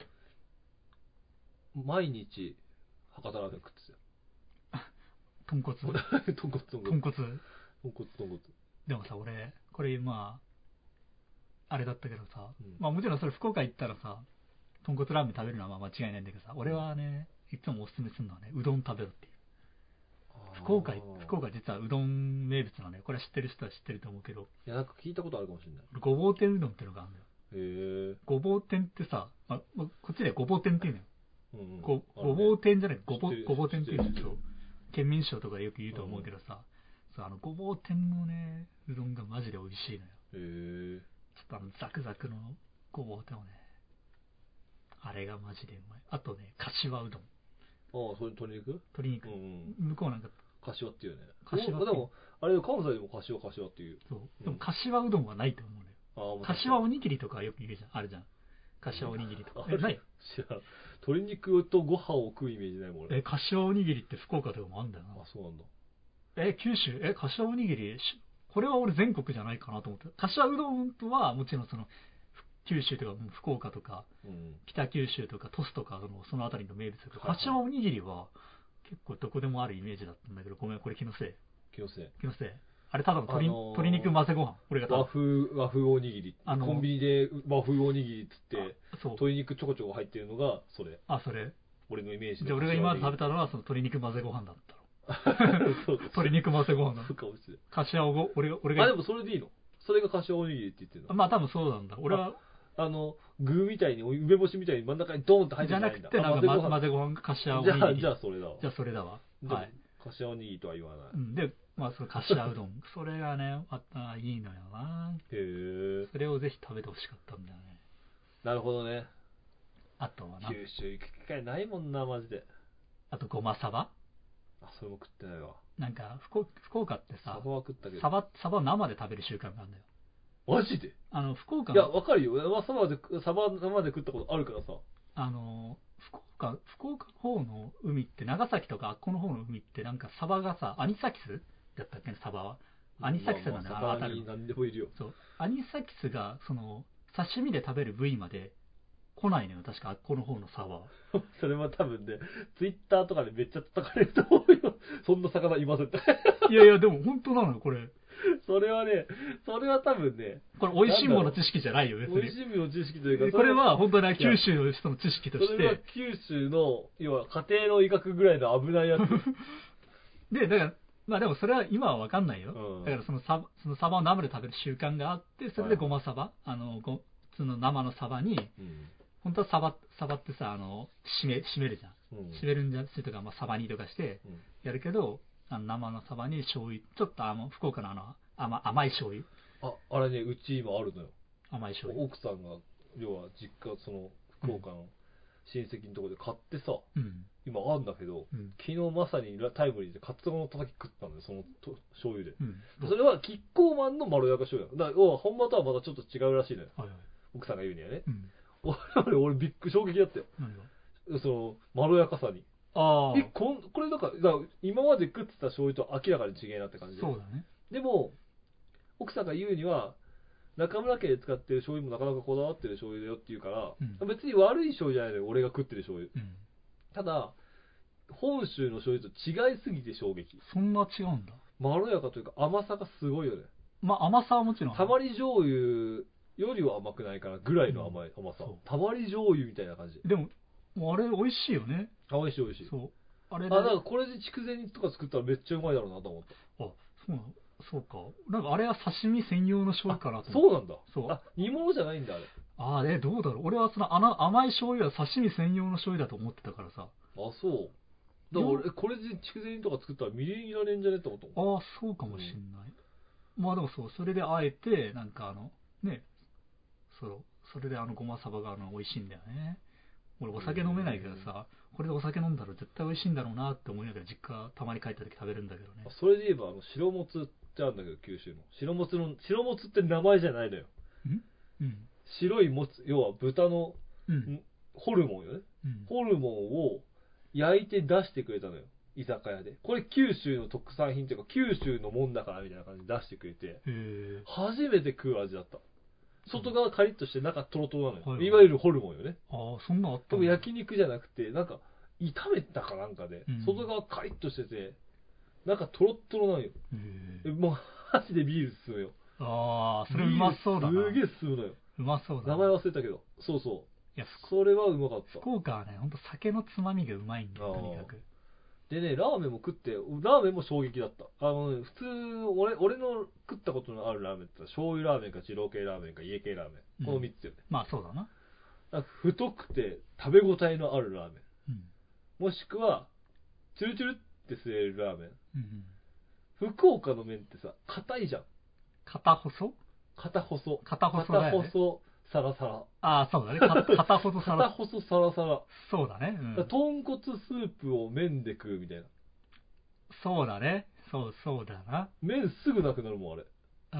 毎日博多ラーメン食ってたよ。 豚骨豚骨、豚骨。 豚骨。 豚骨、豚骨。 でもさ、俺、これまあ、あれだったけどさ、 うん、 まあもちろんそれ福岡行ったらさ、豚骨ラーメン食べるのはまあ間違いないんだけどさ、俺はね、いつもおすすめするのはね、うどん食べるっていう。福岡、福岡実はうどん名物なのよ。これは知ってる人は知ってると思うけど。 いや、なんか聞いたことあるかもしれない。 ごぼう天うどんってのがあるんだよ。 へえ。 ごぼう天ってさ、まあ、こっちでごぼう天っていうのよ。 うんうん、 ご, ごぼう天じゃない、ごぼごぼう天っていうのよ。県民賞とかよく言うと思うけどさ、うん、そうあのごぼう天のね、うどんがマジで美味しいのよ。 へえ。 ちょっとあのザクザクのごぼう天をね、あれがマジでうまい。あとね、かしわうどん。 ああ、それ鶏肉鶏肉、うんうん。向こうなんかかしわっていうね。 かしわ。 でも、あれ、関西でもかしわかしわっていう。 そう。でも、かしわうどんはないと思うのよ。かしわおにぎりとかよく言うじゃん。あるじゃん。かしわおにぎりとか。え、ない？ 知らん。鶏肉とご飯を食うイメージないもん俺。 え、かしわおにぎりって福岡でもあんだよな。 あ、そうなんだ。 え、九州、え、かしわおにぎり、これは俺全国じゃないかなと思って。かしわうどんとは、もちろんその、九州とか福岡とか、うん、北九州とか鳥栖とかのその辺りの名物だけど、かしわおにぎりは結構どこでもあるイメージだったんだけど、ごめん、これ気のせい。 気のせい。 気のせい。あれただの鶏、あのー、鶏肉混ぜご飯。俺が和風、和風おにぎり。あのー、コンビニで和風おにぎりっつって、鶏肉ちょこちょこ入ってるのがそれ。 あ、それ。 俺のイメージで。 じゃあ俺が今まで食べたのはその鶏肉混ぜご飯だったの。鶏肉混ぜご飯だ。 そうかもしれない。 かしわお、俺が、俺が。 あ、でもそれでいいの？それがかしわおにぎりって言ってるの？ まあ多分そうなんだ。俺は。 あの、具みたいに、梅干しみたいに真ん中にドーンって入ってないんだ。 じゃなくて、なんか混ぜご飯がかしわおにぎり。 じゃあ、じゃあそれだわ。 じゃあそれだわ。はい。 かしわおにぎりとは言わない。 うん、で、まあそのかしわうどん。それがね、またいいのよな。 へえ。 それをぜひ食べてほしかったんだよね。 なるほどね。 あとはな。 九州行く機会ないもんな、マジで。 あと、ごまサバ。 あ、それも食ってないわ。 なんか、福岡ってさ、 サバは食ったけど。 サバ、サバを生で食べる習慣があるんだよ。 マジで？ あの、福岡の。いや、わかるよ。サバで、サバ生で食ったことあるからさ。 あの、福岡、福岡の方の海って、長崎とかあっこの方の海って、なんかサバがさ、アニサキスだったっけね、サバは。アニサキスなんだよ、 あの辺り。何でもいるよ。 そう。アニサキスが、その、刺身で食べる部位まで来ないのよ、確かあっこの方のサバは。 それは多分ね、ツイッターとかでめっちゃ叩かれると思うよ。そんな魚いませんって。 いやいや、でも本当なのよ、これ。 それはね、それは多分ね、 これ美味しいもの知識じゃないよ、別に。 美味しいもの知識というか、 これは本当に九州の人の知識として。 それは九州の、要は家庭の医学ぐらいの危ないやつ。 で、だから、まあでもそれは今は分かんないよ。 うん、 だからそのサバ、そのサバを生で食べる習慣があって、それでごまサバ、はい、あの、ご、その生のサバに、うん、本当はサバ、サバってさ、あの、締め、締めるじゃん。うん、締めるんじゃってとか、まあサバ煮とかしてやるけど、うん、あの生のサバに醤油、ちょっとあの、福岡のあの、甘, 甘い醤油。 あ、あれね、うち今あるのよ。 甘い醤油。 奥さんが、要は実家、その、福岡の親戚のところで買ってさ、うん、今あるんだけど、うん、昨日まさにタイムリーでカツオのたたき食ったんだよ、そのと醤油で、うん。それはキッコーマンのまろやか醤油だ。だから、本場とはまたちょっと違うらしいのよ。はいはい、奥さんが言うにはね。うん、俺、俺びっくり、衝撃だったよ。何が？その、まろやかさに。ああ。え、こん、これなんか、だから今まで食ってた醤油と明らかに違えなって感じで。 そうだね。 でも、奥さんが言うには、中村家で使ってる醤油もなかなかこだわってる醤油だよって言うから、うん、別に悪い醤油じゃないのよ、俺が食ってる醤油。うん、ただ、本州の醤油と違いすぎて衝撃。 そんな違うんだ。 まろやかというか甘さがすごいよね。 まあ甘さはもちろん。 たまり醤油よりは甘くないからぐらいの甘い、うん、甘さ。たまり醤油みたいな感じ。 でも、もうあれ美味しいよね。 あ、美味しい美味しい。 そう。 あれで。あ、なんかこれで筑前煮とか作ったらめっちゃうまいだろうなと思った。 あ、そうなの？そうか。なんかあれは刺身専用の醤油かなと思って。そうなんだ。 そう。 あ、煮物じゃないんだ、あれ。 ああ、え、どうだろう。俺はその甘い醤油は刺身専用の醤油だと思ってたからさ。 あ、そう。だから俺、これで筑前煮とか作ったらみりんいらねえんじゃねえって思ったもん。ああ、そうかもしんない。うん、まあでもそう、それであえて、なんかあの、ね、そう、それであのごまサバがあの美味しいんだよね。 俺お酒飲めないけどさ、これでお酒飲んだら絶対美味しいんだろうなって思いながら実家たまに帰った時食べるんだけどね。 それで言えばあの白もつってあるんだけど、九州の白もつの白もつって名前じゃないのよ。 んうん白いもつ、要は豚の、 うん、 ホルモンよね、うん、ホルモンを焼いて出してくれたのよ、居酒屋で。これ九州の特産品というか九州のもんだからみたいな感じで出してくれて、 へ初めて食う味だった。外側カリッとして中トロトロなのよ、 はいはい、 いわゆるホルモンよね。 ああ、そんなあったでも焼肉じゃなくてなんか炒めたかなんかで、うん、外側カリッとしてて中トロトロなのよ。もう箸でビール進むよ。 ああ、それうまそうだな。 すげえ進むのよ。 うまそうだな。 名前忘れたけど、そうそう。 いや、 それはうまかった。 福岡はね、ほんと酒のつまみがうまいんだよ、とにかく。 でね、ラーメンも食って、ラーメンも衝撃だった。あの、ね、普通、俺、俺の食ったことのあるラーメンって醤油ラーメンか二郎系ラーメンか家系ラーメン。うん、このみっつよね。 まあそうだな。 なんか太くて食べ応えのあるラーメン。うん、もしくは、チュルチュルって吸えるラーメン。うん、福岡の麺ってさ、硬いじゃん。 片細片細。 片細だよね。 片細。サラサラ。 ああ、そうだね。片細サラ。 片細サラサラ。 そうだね。 うん、豚骨スープを麺で食うみたいな。 そうだね。そう、そうだな。 麺すぐなくなるもん、あれ。 うん。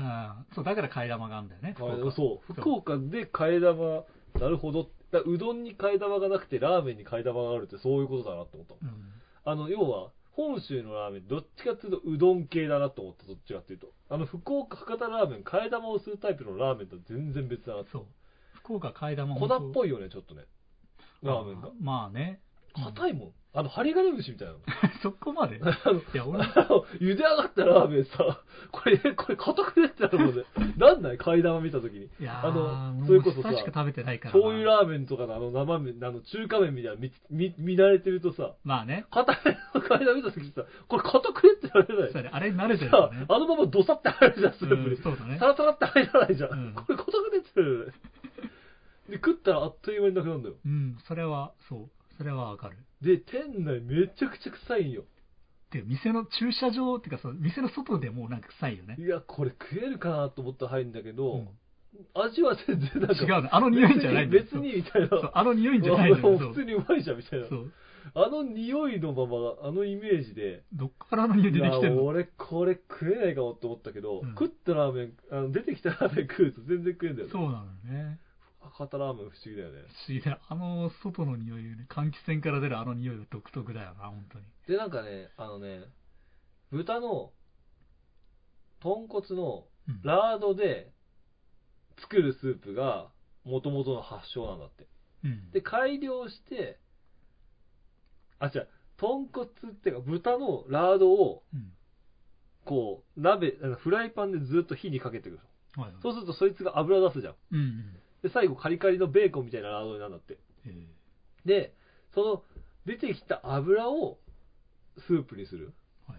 そう、だから替え玉があるんだよね。 あそう。福岡で替え玉、なるほど。だうどんに替え玉がなくて、ラーメンに替え玉があるってそういうことだなと思った。うん、あの、要は、本州のラーメン、どっちかっていうとうどん系だなと思った、どっちかっていうと。あの、福岡博多ラーメン、替え玉をするタイプのラーメンと全然別だなって。 そう。福岡替え玉も粉っぽいよね、ちょっとね。ラーメンが。 まあね。 硬いもん。あの、針金虫みたいなの。 そこまでいや、俺、茹で上がったラーメンさ、これ、これ、硬くねってなるもんね。なんない替え玉見たときに。 いやあの、それこそさ、 しか食べてないから醤油ラーメンとかのあの生麺、あの、中華麺みたいな見、見、見慣れてるとさ、 まあね。 硬めの替え玉見たときにさ、これ硬くねってなれない。 そうね、あれ慣れてるよね。 あのままドサって入るじゃん、スープに。 そうだね。 サラサラって入らないじゃん。うん、これ硬くねってなるよね。で、食ったらあっという間になくなるんだよ。 うん、それは、そう。それはわかる。 で、店内めちゃくちゃ臭いんよ。 で、店の駐車場っていうかさ、店の外でもうなんか臭いよね。 いや、これ食えるかなと思ったら入るんだけど、うん、味は全然なんか。 違うね。あの匂いじゃないんだよ。 別にみたいな。そう、 あの匂いじゃないんだよ。 普通にうまいじゃんみたいな。そう。あの匂いのまま、あのイメージで。 どっからあの匂い出てきてるの？ 俺、これ食えないかもって思ったけど、うん、食ったラーメン、あの出てきたラーメン食うと全然食えんだよね。 そうなのね。 博多ラーメン不思議だよね。 不思議だよ。あの外の匂いね、換気扇から出るあの匂いは独特だよな、本当に。 で、なんかね、あのね、豚の豚骨のラードで作るスープが元々の発祥なんだって。うん、で、改良して、あ、違う、豚骨っていうか豚のラードを、こう、鍋、フライパンでずっと火にかけていくの。はいはい、そうするとそいつが油出すじゃん。うんうん、で、最後カリカリのベーコンみたいなラードになるんだって。で、その出てきた油をスープにする。はい、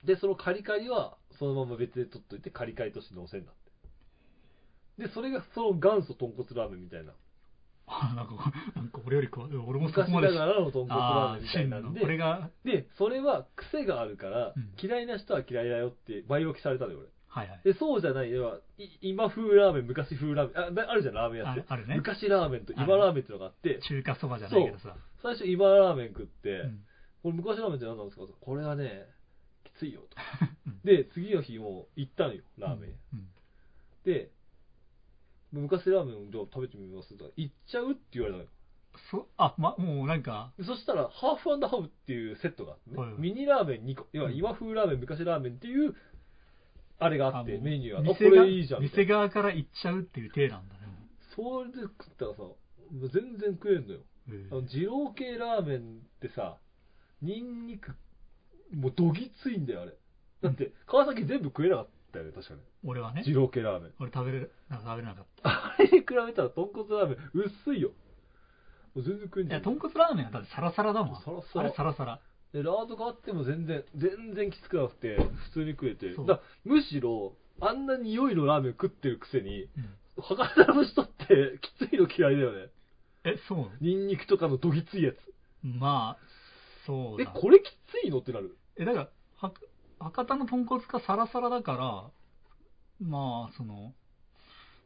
で、そのカリカリはそのまま別で取っといてカリカリとして乗せんだって。で、それがその元祖豚骨ラーメンみたいな。 あ、なんか、なんか俺よりこう、俺もそこまで。昔ながらの豚骨ラーメンみたいなんで。 これが。 で、それは癖があるから、うん、嫌いな人は嫌いだよって前置きされたのよ、俺。はいはい、でそうじゃない、要は今風ラーメン、昔風ラーメン、あ、あるじゃん、ラーメン屋って。 あるね、 昔ラーメンと今ラーメンっていうのがあって、 中華そばじゃないけどさ。 最初今ラーメン食って、うん、これ昔ラーメンって何なんですか？これはね、きついよと。で、次の日も行ったのよ、ラーメン。うんうん、で、昔ラーメンを食べてみますと、行っちゃうって言われたのよ。 そあ、ま、もうなんか。 そしたら、ハーフ&ハーフっていうセットがあって、ね、はいはい、ミニラーメンにこ、要は今風ラーメン、昔ラーメンっていう、あれがあって、メニューが。あ、これいいじゃん。 店側から行っちゃうっていう体なんだね。 それで食ったらさ、全然食えんのよ。あの二郎系ラーメンってさ、ニンニク、もうどぎついんだよ、あれ。だって、川崎全部食えなかったよね、確かに。 俺はね。 二郎系ラーメン。 俺食べれ、なんか食べれなかった。 あれに比べたら豚骨ラーメン、薄いよ。もう全然食えんじゃん。 いや、豚骨ラーメンはだってサラサラだもん。 サラサラ。 あれサラサラ。 で、ラードがあっても全然、全然きつくなくて、普通に食えて。だむしろ、あんな匂いのラーメン食ってるくせに、うん、博多の人ってきついの嫌いだよね。 え、そう？ ニンニクとかのどぎついやつ。 まあ、そうだ。え、これきついのってなる。 え、だから、は博多の豚骨がサラサラだから、まあ、その、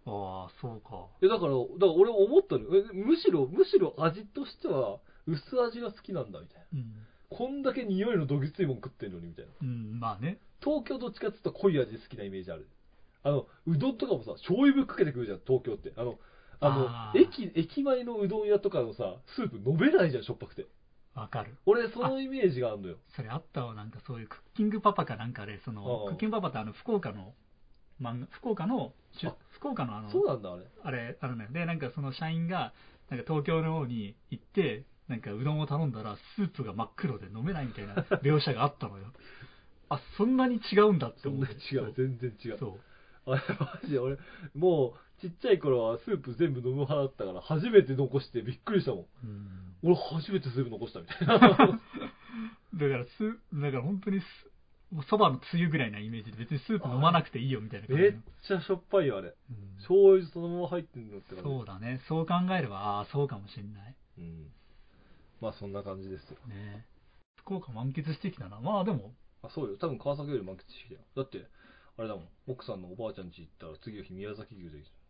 ああ、そうか。 え、だから、だから俺思ったのよ。えむしろ、むしろ味としては、薄味が好きなんだ、みたいな。 うん。 こんだけ匂いのどぎついもん食ってんのに、みたいな。 うん、まあね。 東京どっちかっていうと濃い味好きなイメージある。あの、うどんとかもさ、醤油ぶっかけてくるじゃん、東京って。あの、あの、 あー駅、駅前のうどん屋とかのさ、スープ飲めないじゃん、しょっぱくて。 わかる。 俺、そのイメージがあるのよ。 それあったわ、なんかそういうクッキングパパかなんかで、その、 ああクッキングパパってあの、福岡の漫画、福岡の、しゅあ福岡のあの、 そうなんだ、あれ。 あれ、あるのよ。で、なんかその社員が、なんか東京の方に行って、なんかうどんを頼んだら、スープが真っ黒で飲めないみたいな描写があったのよ。あ、そんなに違うんだってそん思って。 な違う、全然違う。 そう。 あれ、マジで俺、もう、ちっちゃい頃はスープ全部飲む派だったから、初めて残してびっくりしたもん。 うん俺、初めてスープ残したみたいな。 だからす、だから本当にす、もうそばのつゆぐらいなイメージで、別にスープ飲まなくていいよみたいな感じの。 めっちゃしょっぱいよ、あれ。 うん醤油そのまま入ってんのって感じ。 そうだね。そう考えれば、ああ、そうかもしれない。 うん。まあ、そんな感じですよ。 ね。福岡満喫してきたな。まあでも、 あ、そうよ。多分川崎より満喫してきたよ。だって、あれだもん。奥さんのおばあちゃん家行ったら次の日宮崎牛でき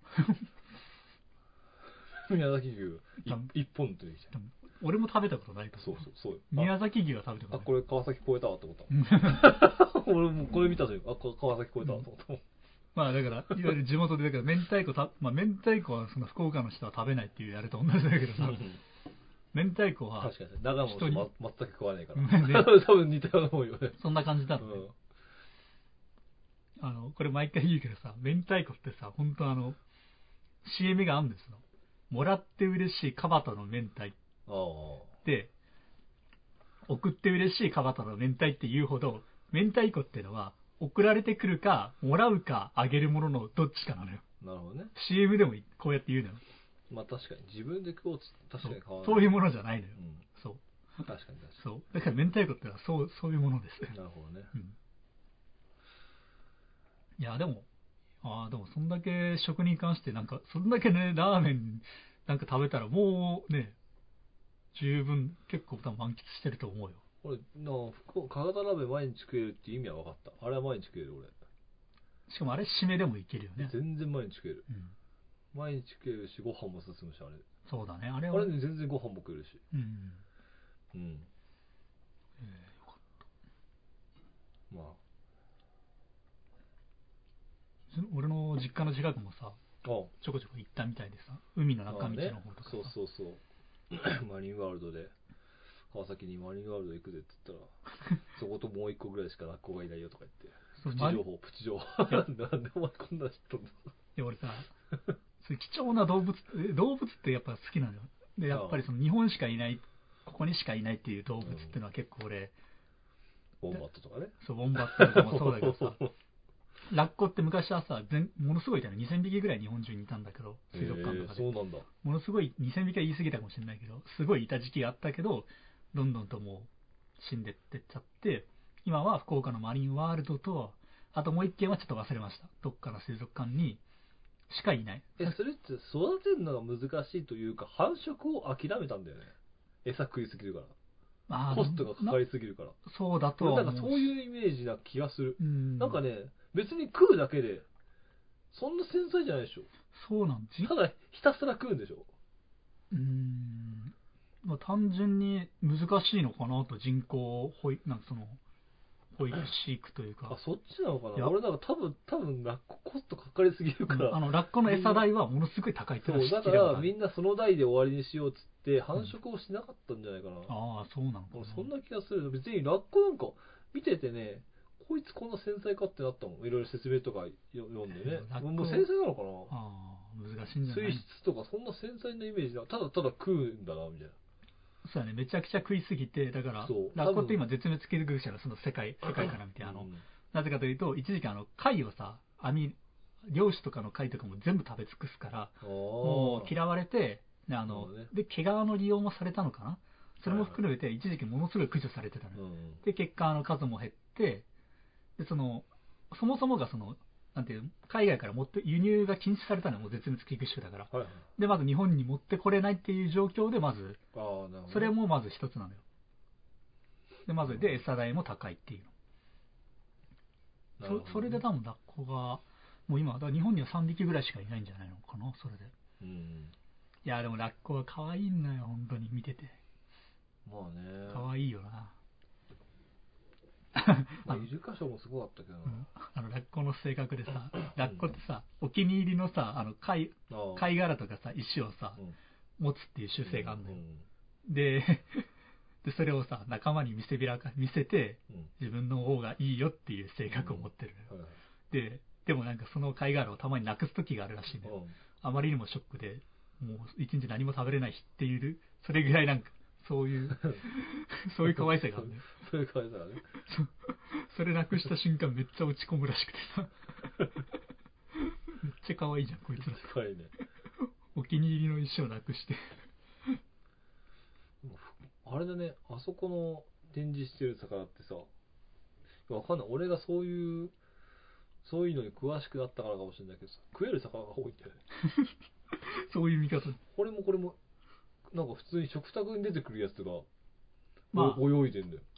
た。宮崎牛い一本出てきた。 俺も食べたことないから。 そうそう、そうよ。 宮崎牛は食べたことあ、 ない。 これ川崎超えたわと思った。俺もうこれ見た瞬間、あ、こ川崎超えたわと思ったもん。 まあだから、いわゆる地元で、だから明太子た、まあ明太子はその福岡の人は食べないっていうあれと同じだけどさ、明太子は、 確かに、長野の人ま全く食わないから。 ね多分似たようなもんよね。 そんな感じだうろうね。 ん。 あの、これ毎回言うけどさ、明太子ってさ、本当あの、シーエム があるんですよ。もらって嬉しいカバタの明太ああ。 で、送って嬉しいカバタの明太って言うほど、明太子ってのは、送られてくるか、もらうか、あげるもののどっちかなのよ。 なるほどね。 シーエム でもこうやって言うのよ。 まあ確かに、自分で食おうっつ確かに買わない。 そういうものじゃないのよ。 うん。 そう。 確かに確かに。 そう。だから明太子ってのはそう、そういうものです。 なるほどね。 うん。いや、でも、ああ、でもそんだけ食に関してなんか、そんだけね、ラーメンなんか食べたらもうね、十分結構多分満喫してると思うよ。 俺、なあ、福岡、博多鍋毎日食えるっていう意味は分かった。あれは毎日食える俺。 しかもあれ締めでもいけるよね。 全然毎日食える。 うん。 毎日食えるし、ご飯も進むし、あれ。 そうだね。あれあは。 れね、全然ご飯も食えるし。 うん。 うん。 えー、よかっまあ。 た。俺の実家の近くもさ、 あちょこちょこ行ったみたいでさ、海の中道のね方とかさ、 そうそうそう。マリンワールドで、川崎にマリンワールド行くぜって言ったら、そこともう一個ぐらいしかラッコがいないよとか言って、 そうプチ情報、プチ情報。なんでお前こんな知っとんの。 で俺さ、そういう貴重な動物、え動物ってやっぱ好きなのよ。で、やっぱりその日本しかいない、ここにしかいないっていう動物っていうのは結構俺、 ウォンバットとかね。 そう、ウォンバットとかもそうだけどさ、ラッコって昔はさ、全ものすごいいたの、にせんびきぐらい日本中にいたんだけど、水族館とかで。 そうなんだ。 ものすごい、にせんびきは言い過ぎたかもしれないけど、すごいいた時期があったけど、どんどんともう死んでってっちゃって、今は福岡のマリンワールドと、あともう一軒はちょっと忘れました。どっかの水族館にしかいない。 え、それって育てるのが難しいというか、繁殖を諦めたんだよね。餌食いすぎるから。 あコストがかかりすぎるから。 そうだとは思う。 なんかそういうイメージな気がする。 うんなんかね、別に食うだけで、そんな繊細じゃないでしょ。 そうなんじただひたすら食うんでしょ。 うーん。まあ、単純に難しいのかなと、人工保育、なんかその、保育飼育というか。 あ、そっちなのかいやな。俺なんか多分、多分ラッココストかかりすぎるから。 あの、ラッコの餌代はものすごい高いってそう、だからみんなその代で終わりにしようっつって繁殖をしなかったんじゃないかな。うん、 ああ、そうなのかな。 そんな気がする。別にラッコなんか見ててね、こいつこんな繊細かってなったもん。いろいろ説明とか読んでね。もう繊細なのかな。 ああ、難しいんじゃない。 水質とかそんな繊細なイメージだ。ただただ食うんだな、みたいな。 そうだね、めちゃくちゃ食いすぎて、だから、ラッコって今絶滅危惧種のその世界、世界から見て、あの、うん、なぜかというと、一時期あの、貝をさ、網、漁師とかの貝とかも全部食べ尽くすから、もう嫌われて、で、あの、ね、で、毛皮の利用もされたのかな、それも含めて、一時期ものすごい駆除されてたのよ。うん、で、結果、あの、数も減って、で、その、そもそもがその、なんていう、海外から持って輸入が禁止されたのはもう絶滅危惧種だから、はいはい、でまず日本に持ってこれないっていう状況でまず、あ、それもまず一つなのよ。でまずで餌代も高いっていうの。そ, それで多分ラッコがもう今、だから日本にはさんびきぐらいしかいないんじゃないのかな、それで。 うん。 いや、でもラッコは可愛いんだよ、本当に見てて。 まあね。 可愛いよな。 まあ、イルカショーもすごかったけどな。 うん、あのラッコの性格でさ、ラッコってさ、お気に入りのさ、あの貝、貝殻とかさ、石をさ、うん、持つっていう習性があるんだよ。うんうん、で、で、それをさ、仲間に見せびらか、見せて、うん、自分の方がいいよっていう性格を持ってるのよ、うんはい、で、でもなんかその貝殻をたまになくす時があるらしいんだよ。うん、あまりにもショックで、もう一日何も食べれない日っていう、それぐらいなんか、そういう、そういう可愛さがあるんだよ。 そういう可愛さがね。 それなくした瞬間めっちゃ落ち込むらしくてさ。めっちゃ可愛いじゃん、こいつら。 可愛いね。 お気に入りの石をなくして。 あれだね、あそこの展示してる魚ってさ、わかんない。俺がそういう、そういうのに詳しくなったからかもしれないけどさ、食える魚が多いんだよね。 そういう見方。 これもこれも、なんか普通に食卓に出てくるやつが、 まあ、 泳いでんだよ。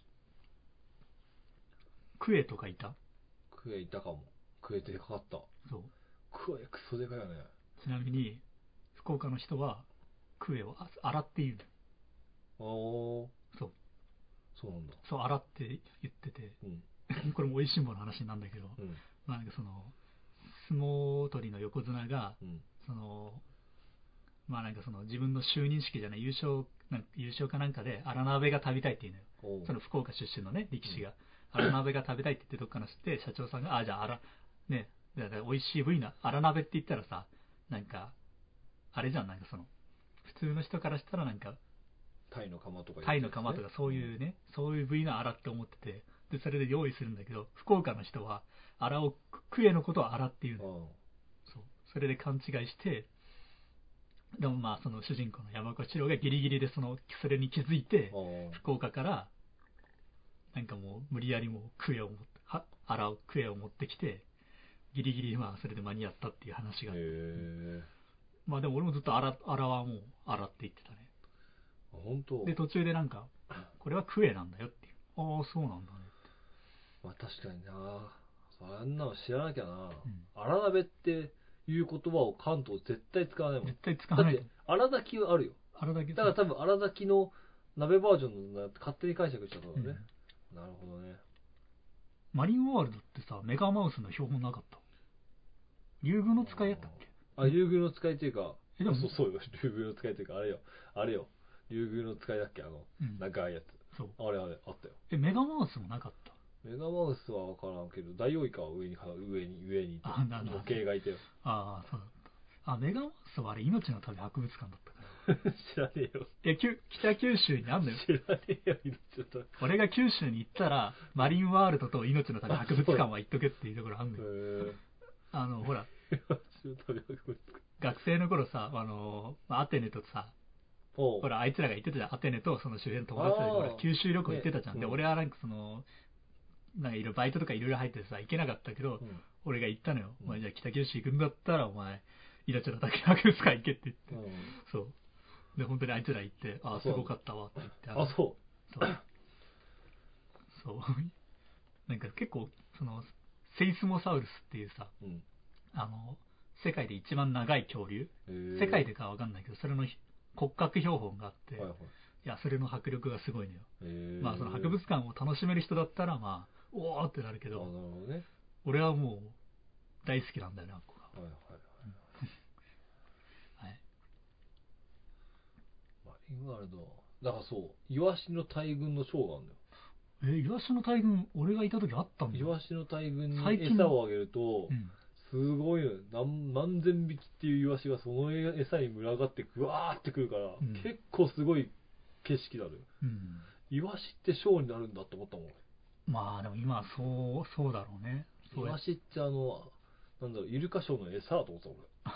クエとかいた？ クエいたかも。クエでかかった。 そう。 クエクソでかいよね。 ちなみに、福岡の人は、クエを洗って言うの。 ああ。 そう。 そうなんだ。 そう、洗って言ってて、うん、これも美味しんぼの話なんだけど、うん、まあなんかその、相撲取りの横綱が、うん、その、まあなんかその自分の就任式じゃない優勝なん優勝かなんかで荒鍋が食べたいっていうのよ。その福岡出身のね力士が、うん、荒鍋が食べたいって言ってどっかの知って社長さんがあじゃあ荒ねだから美味しい部位な荒鍋って言ったらさなんかあれじゃんなんかその普通の人からしたらなんかタイの釜とか、ね、 タイの釜とかそういうね、うん、そういう部位の荒って思っててでそれで用意するんだけど福岡の人は荒をクエのことを荒っていうのよ。そうそれで勘違いしてでもまあその主人公の山岡四郎がギリギリでそのそれに気づいて福岡からなんかもう無理やりもうクエを持っては洗うクエを持ってきてギリギリまあそれで間に合ったっていう話があって、まあでも俺もずっと洗洗はもう洗って言ってたね。 本当で途中でなんかこれはクエなんだよっていうああそうなんだねって。 まあ確かになあんなの知らなきゃな、うん、荒鍋っていう言葉を関東絶対使わないもん。 絶対使わない。 だって荒炊きはあるよ。 荒炊きだから多分荒炊きの鍋バージョンの勝手に解釈しちゃったからね、うん、なるほどね。 マリンワールドってさメガマウスの標本なかった？竜宮の使いやったっけ？ あ、竜宮の使いっていうか、えでもそうそうよ、竜宮の使いっていうかあれよ、あれよ、竜宮の使いだっけあの、うん、長いやつ。そう。あれあれあったよ。 えメガマウスもなかった？ メガマウスは分からんけど、ダイオウイカは上に上に上にいて、 あ、なんだ。 模型がいてよ。 ああ、そうだった。あ、メガマウスはあれ命の旅博物館だったから。 知らねえよ。 いや、北九州にあんのよ。 知らねえよ、命の旅。 俺が九州に行ったら、マリンワールドと命の旅博物館は行っとけっていうところあんのよ。へあの、ほら、学生の頃さ、あの、アテネとさ、ほら、あいつらが行ってたじゃん。アテネとその周辺の友達で、ほら、九州旅行行ってたじゃん。ね、で、俺はなんかその、なんかいろいろバイトとかいろいろ入ってさ行けなかったけど、うん、俺が行ったのよ、うん、お前じゃあ北九州行くんだったらお前命の旅博物館行けって言って、うん、そうで本当にあいつら行ってああすごかったわって言ってあそうそうそうなんか結構そのセイスモサウルスっていうさ、うん、あの世界で一番長い恐竜世界でかわかんないけどそれの骨格標本があって、はいはい、いやそれの迫力がすごいのよ。まあその博物館を楽しめる人だったらまあおーってなるけど、 あ、なるほどね、 俺はもう大好きなんだよね、あっこが。はいはいはい。はい。 マリンワールド、だからそう、イワシの大群のショーがあるんだよ。 え、イワシの大群、俺がいた時あったんだよ。 イワシの大群に餌をあげると、うん、すごいのよ。何、何千匹っていうイワシがその餌に群がってぐわーってくるから、うん、結構すごい景色なのよ。うん、イワシってショーになるんだって思ったもん。 まあでも今はそうそうだろうね。 イワシってあのなんだろうイルカショーの餌だと思って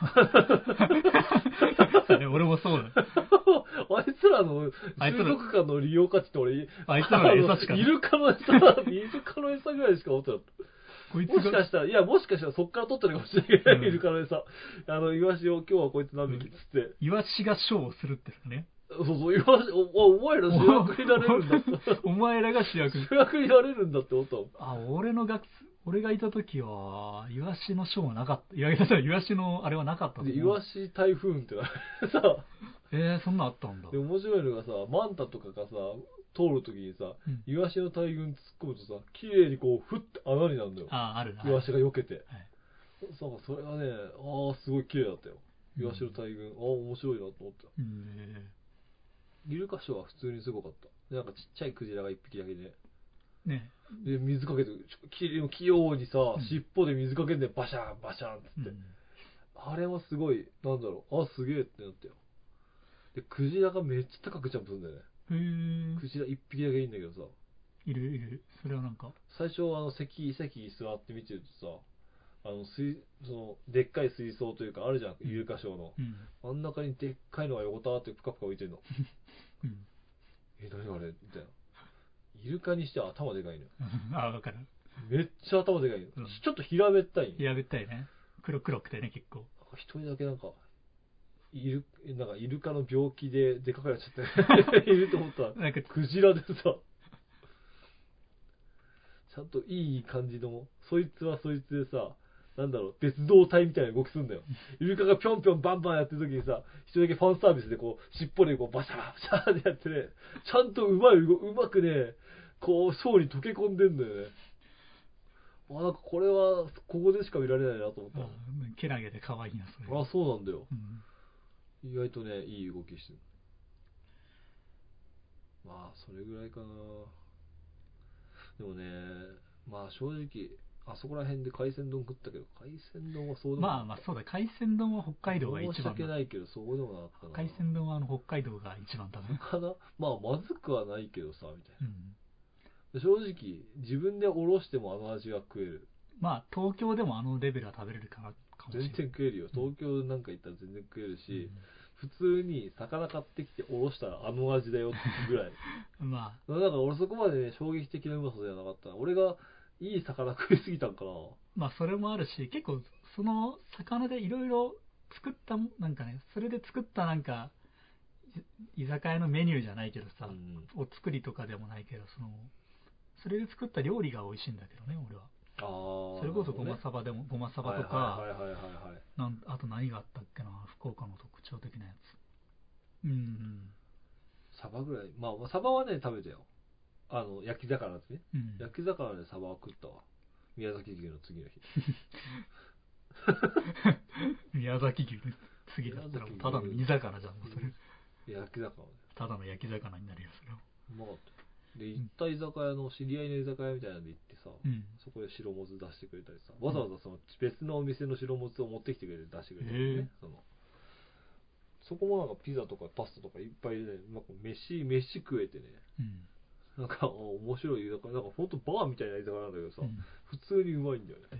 た俺。俺もそうだ。 あいつらの水族館の利用価値って俺あいつらの餌しかない。 イルカの餌イルカの餌ぐらいしか思ってなかった。 こいつもしかしたらいやもしかしたらそっから取ってるかもしれないけど、うん、イルカの餌あのイワシを今日はこいつ何匹っつって、 うん、イワシがショーをするってね。 そうそう、イワシ、お、お前ら主役になれるんだって。 お前らが主役。 主役になれるんだって思ったもん。 あ、俺の学、俺がいた時は、イワシのショーはなかった。いや、イワシのあれはなかったと思う。 で、イワシ台風ってなさ、 えー、そんなんあったんだ。 で、面白いのがさ、マンタとかがさ、通るときにさ、 うん、 イワシの大群突っ込むとさ、綺麗にこう、ふって穴になるんだよ。 あ、あるな。 イワシが避けて。 はい、 そう、それはね、ああ、すごい綺麗だったよ。イワシの大群、ああ、面白いなと思った。 うん、 イルカショーは普通にすごかった。なんかちっちゃいクジラが一匹だけで。 ね。 で、水かけて、き器用にさ、 うん、 尻尾で水かけてバシャンバシャンっつって。 うん、 あれはすごい、なんだろう、あ、すげえってなったよ。で、クジラがめっちゃ高くジャンプするんだよね。 へー。 クジラ一匹だけいいんだけどさ。 いるいる。それはなんか。 最初、あの、席、席座って見てるとさ、あの、水、その、でっかい水槽というか、あるじゃん、イルカショーの。 うん。 真ん中にでっかいのが横たわってぷかぷか浮いてるの。 うん。 え、何あれみたいな。イルカにしては頭でかいのよ。 あ、わかる。 めっちゃ頭でかいの。 うん、 ちょっと平べったいの。 平べったいね。黒黒くてね、結構。 一人だけなんか、イル、なんかイルカの病気ででかくなっちゃっていると思ったら、 なんかクジラでさ、ちゃんといい感じの、そいつはそいつでさ、なんだろう、別動体みたいな動きするんだよ。イルカがぴょんぴょんバンバンやってる時にさ、一人だけファンサービスでこう、尻尾でこうバシャバシャーってやってね、ちゃんとうまい、うまくね、こう、ショーに溶け込んでんだよね。あ、なんかこれは、ここでしか見られないなと思ったの。 けなげで可愛いな、それ。 あ、そうなんだよ。 うん、 意外とね、いい動きしてる。まあ、それぐらいかな。でもね、まあ正直、あそこら辺で海鮮丼食ったけど、海鮮丼はそうでもなかった。 まあまあ、そうだ、海鮮丼は北海道が一番。 申し訳ないけど、そうでもなかったな。 海鮮丼はあの北海道が一番だね。 かな、まあ、まずくはないけどさ、みたいな。 うん、 正直、自分でおろしてもあの味は食える。 まあ、東京でもあのレベルは食べれるかな、かもしれない。 全然食えるよ。東京なんか行ったら全然食えるし、うん、普通に魚買ってきておろしたらあの味だよぐらい。まあ。だから俺そこまでね、衝撃的なうまさじゃなかったな。俺がいい魚食いすぎたんかな。 まあ、それもあるし、結構、その魚でいろいろ作った、なんかね、それで作ったなんか、居酒屋のメニューじゃないけどさ、うん、お作りとかでもないけど、その、それで作った料理が美味しいんだけどね、俺は。あ、それこそごまサバでも、ね、ごまサバとか、あと何があったっけな、福岡の特徴的なやつ。うん、うん。 サバぐらい、まあ、サバはね、食べたよ。あの、焼き魚ですね。うん、焼き魚でサバは食ったわ。宮崎牛の次の日。 宮崎牛の次だったら、ただの煮魚じゃん、それ。 焼き魚。 ただの焼き魚になるよ、それは。 うまかった。で、行った居酒屋の、知り合いの居酒屋みたいなので行ってさ、うん、そこで白もず出してくれたりさ、わざわざその別のお店の白もずを持ってきてくれて出してくれたりね。そのそこもなんかピザとかパスタとかいっぱいでね、なんか飯、飯食えてね、うん、なんか面白い居酒屋、なんかほんとバーみたいな居酒屋なんだけどさ、うん、普通にうまいんだよね。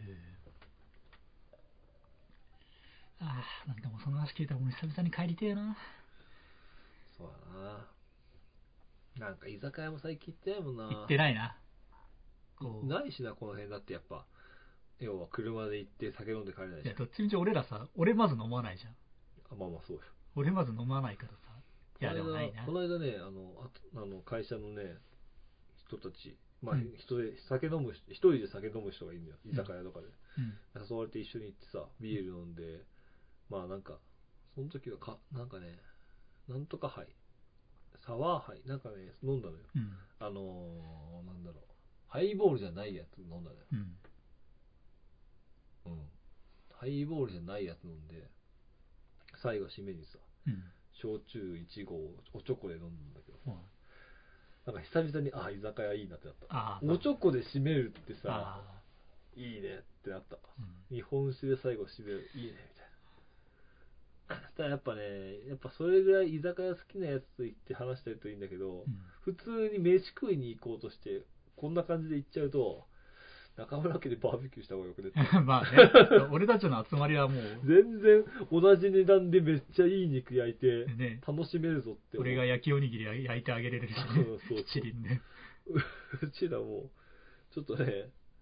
ああ、なんかもうその話聞いたら俺久々に帰りてえな。 そうだな。なんか居酒屋も最近行ってないもんな。 行ってないな。 ないしな、この辺だってやっぱ。要は車で行って酒飲んで帰れないじゃん。いや、どっちみち俺らさ、俺まず飲まないじゃん。 あ、まあまあそうよ。 俺まず飲まないからさ。いや、でもないな。 この間ね、あの、ああの会社のね、人たち、まあ、うん、人で酒飲む、一人で酒飲む人がいるんだよ。居酒屋とかで。うん、誘われて一緒に行ってさ、ビール飲んで、まあなんか、その時はか、なんかね、なんとか杯、サワー杯、なんかね、飲んだのよ。うん、あのー、なんだろう、ハイボールじゃないやつ飲んだのよ。うん。うん。ハイボールじゃないやつ飲んで、最後締めにさ、うん、焼酎いちごうおちょこで飲んだんだけど、うん、なんか久々に、あ、居酒屋いいなってなった。おちょこで締めるってさ、いいねってなった。うん、日本酒で最後締める、いいねみたいな。ただやっぱね、やっぱそれぐらい居酒屋好きなやつと言って話してるといいんだけど、うん、普通に飯食いに行こうとして、こんな感じで行っちゃうと、中村家でバーベキューした方がよくねまあね、俺たちの集まりはもう全然同じ値段でめっちゃいい肉焼いて楽しめるぞって、 ね、俺が焼きおにぎり焼いてあげれるし、ね、そうそうそう、 七輪ねうちらもちょっとね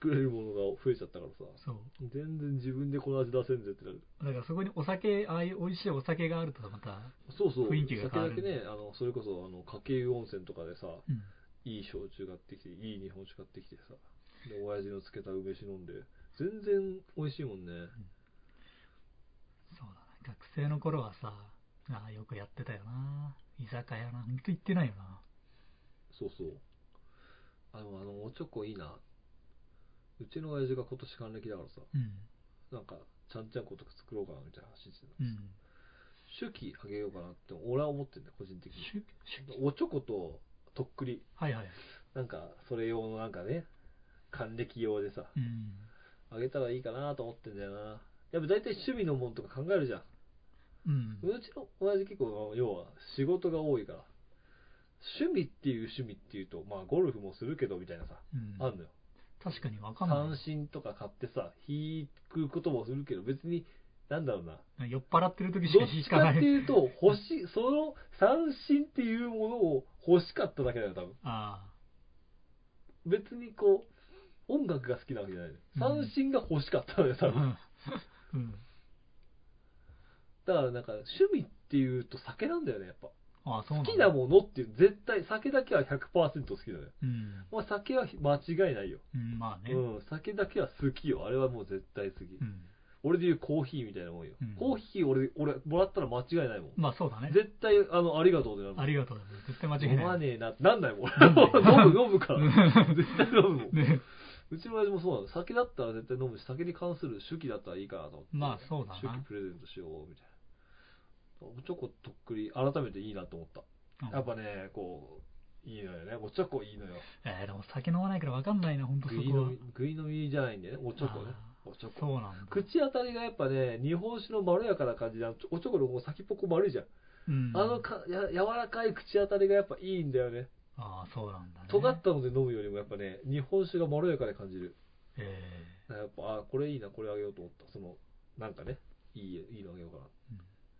作れるものが増えちゃったからさ、 そう全然自分でこの味出せんぜってなる。 だからそこにお酒、ああいう美味しいお酒があるとまたそうそう、 雰囲気が変わる。 酒だけね、あのそれこそあの鹿教湯温泉とかでさ、 うん、 いい焼酎買ってきて、いい日本酒買ってきてさ、で親父のつけた梅酒飲んで、全然美味しいもんね。うん、 そうだな、学生の頃はさ、ああよくやってたよな、居酒屋な、ほんと行ってないよな。 そうそう。あの、あのおちょこいいな。うちの親父が今年還暦だからさ、 うん、 なんかちゃんちゃんことか作ろうかなみたいな話してたうん、 手記あげようかなって俺は思ってんだよ、個人的に。 手記おちょこととっくり、 はいはい、 なんかそれ用のなんかね、還暦用でさ、 うん、 あげたらいいかなと思ってんだよな。やっぱ大体趣味のもんとか考えるじゃん。 うん、 うちの親父結構要は仕事が多いから、趣味っていう趣味っていうと、まあゴルフもするけどみたいなさ、 うん、 あんのよ。 確かに分かんない。 三振とか買ってさ、引くこともするけど、別に、なんだろうな。 酔っ払ってる時しかどっちか引かない。 っていうと、欲しい、その三振っていうものを欲しかっただけだよ、多分。 ああ。 別にこう、音楽が好きなわけじゃないのよ。三振が欲しかったのよ、多分。 うん。 だからなんか、趣味っていうと酒なんだよね、やっぱ。 ああ、そうなんだ。 好きなものっていう、絶対、酒だけは ひゃくパーセント 好きだよ。 うん。 まあ酒は間違いないよ。 うん、まあね。 うん、酒だけは好きよ。あれはもう絶対好き。 うん。 俺で言うコーヒーみたいなもんよ。 うんコーヒー俺、俺、もらったら間違いないもん。 まあそうだね。 絶対、あの、ありがとうでなるもん。 ありがとうだね。絶対間違い飲ない。 まねえな、なんないもん。 飲んない飲む、飲むから。 うん絶対飲むもん。 ね。 うちの親父もそうなの。酒だったら絶対飲むし、酒に関する手記だったらいいかなと思って。 まあそうだな。 手記プレゼントしよう、みたいな。おちょことっくり、改めていいなと思った。 うん、 やっぱね、こう、いいのよね。おちょこいいのよ。 えー、でも酒飲まないから分かんないな、ほんとそこは。 食い飲みじゃないんでね、おちょこね。おちょこ。 そうなんだ。 口当たりがやっぱね、日本酒のまろやかな感じで、おちょこの先っぽこ丸いじゃん。 うん、 あのかや柔らかい口当たりがやっぱいいんだよね。 ああ、そうなんだね。 尖ったので飲むよりもやっぱね、日本酒がまろやかで感じる。 えー、やっぱ、あ、これいいな、これあげようと思った。その、なんかね、いい、いいのあげようかな。 うん、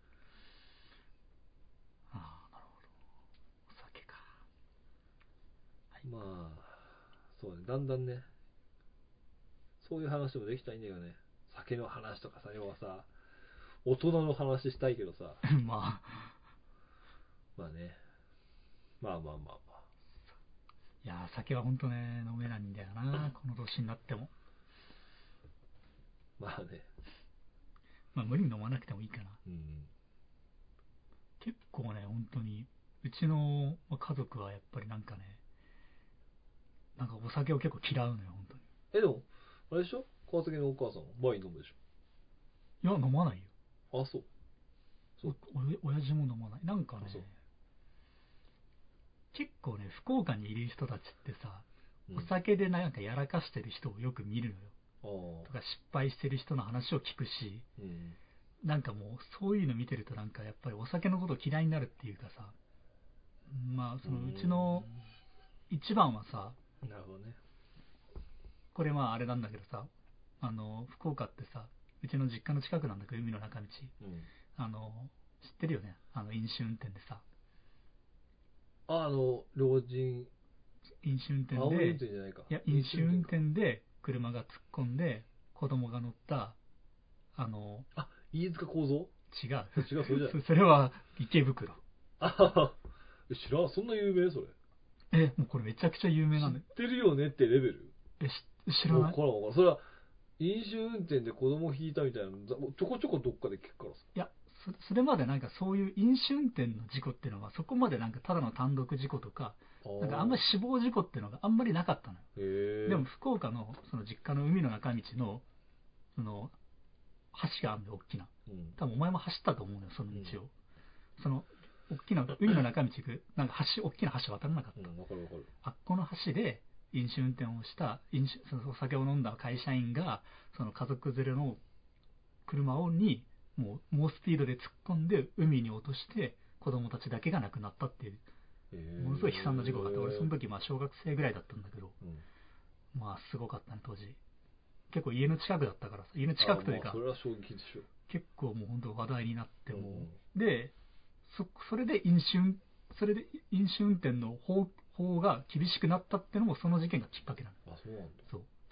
ああ、なるほど。お酒か。 はい、まあ、そうね、だんだんね、そういう話もできたらいいんだよね。酒の話とかさ、要はさ、大人の話したいけどさ、 まあ。 まあね、まあまあまあまあ。 いやー、酒はほんとね、飲めないんだよな、この年になっても。 まあね。 まあ無理に飲まなくてもいいかな。 うん、 結構ね、本当に、うちの家族はやっぱりなんかね、なんかお酒を結構嫌うのよ、本当に。 え、でも、あれでしょ、川崎のお母さん、ワイン飲むでしいや、飲まないよ。 ょ。あ、そう。そうお、お親父も飲まない。なんかね、結構ね、福岡にいる人たちってさ、うん、お酒でなんかやらかしてる人をよく見るのよ。とか失敗してる人の話を聞くし、うん、なんかもうそういうの見てるとなんかやっぱりお酒のこと嫌いになるっていうかさ、まあそのうちの一番はさ、 なるほどね。 これまああれなんだけどさ、あの福岡ってさ、うちの実家の近くなんだけど、海の中道、うん、あの知ってるよね、あの飲酒運転でさ、 あ、あの老人飲酒運転で、 青運転じゃないか、 いや飲酒運転で車が突っ込んで子供が乗ったあのあ、飯塚幸三？ 違う違う、それじゃない。 それは池袋。 あ、知らん、そんな有名それ。 え、もうこれめちゃくちゃ有名なんで。 知ってるよねってレベル。 え、知らない。 ほらほら、それは飲酒運転で子供を引いたみたいなのちょこちょこどっかで聞くからさ。 いや、そ, それまでなんかそういう飲酒運転の事故っていうのはそこまでなんかただの単独事故とか、なんかあんまり死亡事故っていうのがあんまりなかったのよ。 へー。 でも福岡のその実家の海の中道のその橋があるんで大きな、うん、多分お前も走ったと思うのよ、その道を、うん、その大きな海の中道行くなんか橋、大きな橋渡らなかった、うん、 わかるわかる。 あっこの橋で飲酒運転をした飲酒そのお酒を飲んだ会社員がその家族連れの車をにもう猛スピードで突っ込んで海に落として子供たちだけが亡くなったっていうものすごい悲惨な事故があって、俺その時まあ小学生ぐらいだったんだけど、うん、まあすごかったね当時。結構家の近くだったからさ、家の近くというか、 それは衝撃でしょ。 結構もう本当話題になっても、うん、で そ, それで飲酒それで飲酒運転の法法が厳しくなったっていうのもその事件がきっかけなの。 あ、そうなんだ。 そう、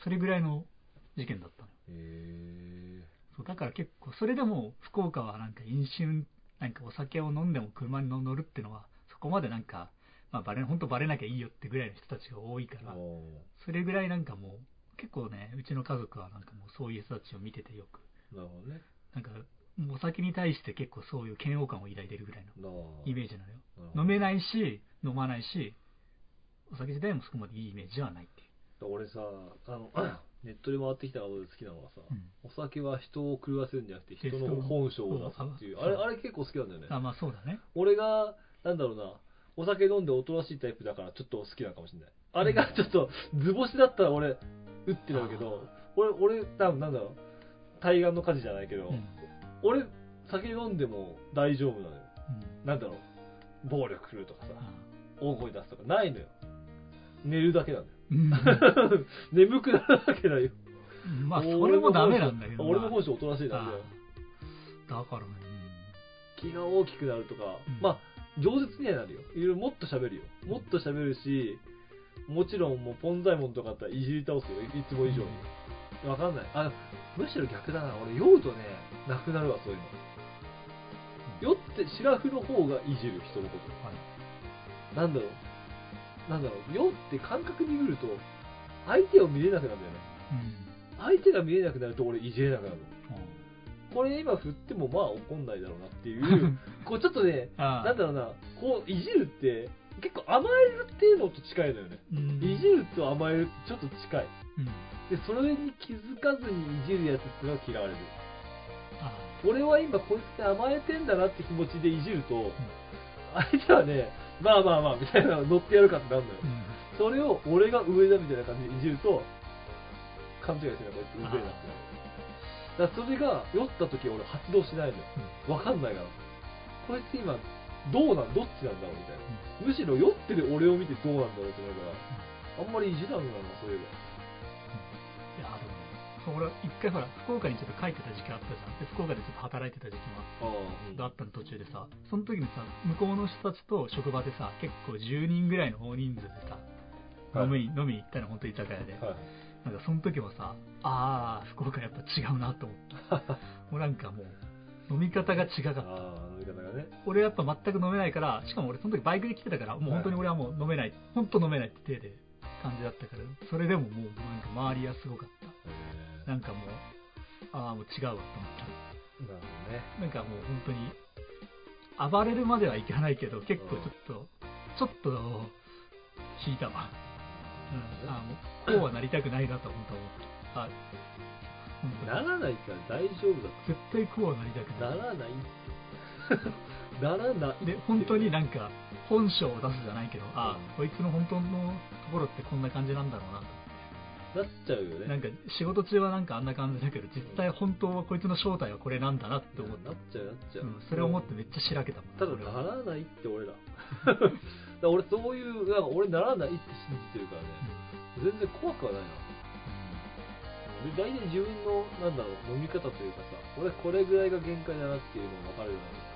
それぐらいの事件だったのよ。 へそうだから結構それでも福岡はなんか飲酒なんかお酒を飲んでも車に乗るっていうのはそこまでなんか、まあ、バレ本当バレなきゃいいよってぐらいの人たちが多いから、それぐらいなんかもう結構ね、うちの家族はなんかもうそういう人たちを見ててよく、 なるほどね、 なんかもうお酒に対して結構そういう嫌悪感を抱いてるぐらいのイメージなのよ。 な飲めないし飲まないしお酒自体もそこまでいいイメージはないっていう。 俺さ、あのネットで回ってきたことで好きなのはさ、 うん、 お酒は人を狂わせるんじゃなくて人の本性を出すっていう、あれあれ結構好きなんだよね。 あ、まあそうだね。 俺がなんだろうな、お酒飲んでおとなしいタイプだからちょっと好きなのかもしれない。あれがちょっと図星だったら俺うってなるけど、俺俺多分なんだろう、対岸の火事じゃないけど、うん、俺酒飲んでも大丈夫なのよ、うん、なんだろう、暴力するとかさ、うん、大声出すとかないのよ。寝るだけなんだよ、うん、眠くなるだけだよ。 まあそれもダメなんだけど、 俺の本性おとなしいなんだよ。 だからね、 気が大きくなるとか、うん、まあ饒舌にはなるよ。いろいろもっと喋るよ。もっと喋るし、もちろんもうポンザイモンとかあったらいじり倒すよ。いつも以上に。わかんない。あ、むしろ逆だな。俺酔うとね、なくなるわ、そういうの。酔ってシラフの方がいじる、人のこと。はい、なんだろう。なんだろう。酔って感覚に来ると、相手を見れなくなるんだよね。うん、相手が見れなくなると俺いじれなくなるの。これ今振ってもまあ怒んないだろうなっていうこうちょっとね、なんだろうな、こういじるって結構甘えるっていうのと近いのよね、うん、いじると甘えるってちょっと近い、うん、でそれに気づかずにいじるやつってのは嫌われる。俺は今こいつに甘えてんだなって気持ちでいじると、うん、相手はね、まあまあまあみたいなの乗ってやるかってなるのよ、うん、それを俺が上だみたいな感じでいじると勘違いするな、こいつうぜえなってなる。だからそれが酔った時俺発動しないのよ、うん、分かんないからこいつ今どうなんどっちなんだろうみたいな、うん、むしろ酔ってる俺を見てどうなんだろうってなるから、うん、あんまりいじらんのな、そういえば、 うん、いやでも俺一回ほら福岡にちょっと帰ってた時期あったじゃん。で福岡でちょっと働いてた時期もあったの途中でさ、その時にさ向こうの人たちと職場でさ結構じゅうにんぐらいの大人数でさ、はい、飲み飲みに行ったの本当に居酒屋で、はい、なんかその時もさ、ああ福岡やっぱ違うなと思ったもうなんかもう飲み方が違かった。 あ飲み方がね、 俺やっぱ全く飲めないから、しかも俺その時バイクで来てたからもう本当に俺はもう飲めない、はい、本当飲めないって手で感じだったから、それでももうなんか周りはすごかった。なんかもうああもう違うわと思った。なるほどね。なんかもう本当に暴れるまではいかないけど結構ちょっと、うん、ちょっと引いたわ。うん、あもうこうはなりたくないなと思った思った。 あならないから大丈夫だ。 絶対こうはなりたくない。 ならないならないで本当になんか本性を出すじゃないけど、あ、うん、こいつの本当のところってこんな感じなんだろうなとなっちゃうよね。 なんか仕事中はなんかあんな感じだけど実際本当はこいつの正体はこれなんだなって思った。 なっちゃうなっちゃう、 うん、それを思ってめっちゃしらけたもん。 ただならないって俺らだから俺そういうなんか俺ならないって信じてるからね、うん、全然怖くはないな、うん、で大体自分のなんだろう飲み方というかさ、俺これぐらいが限界だなっていうのが分かるようになるん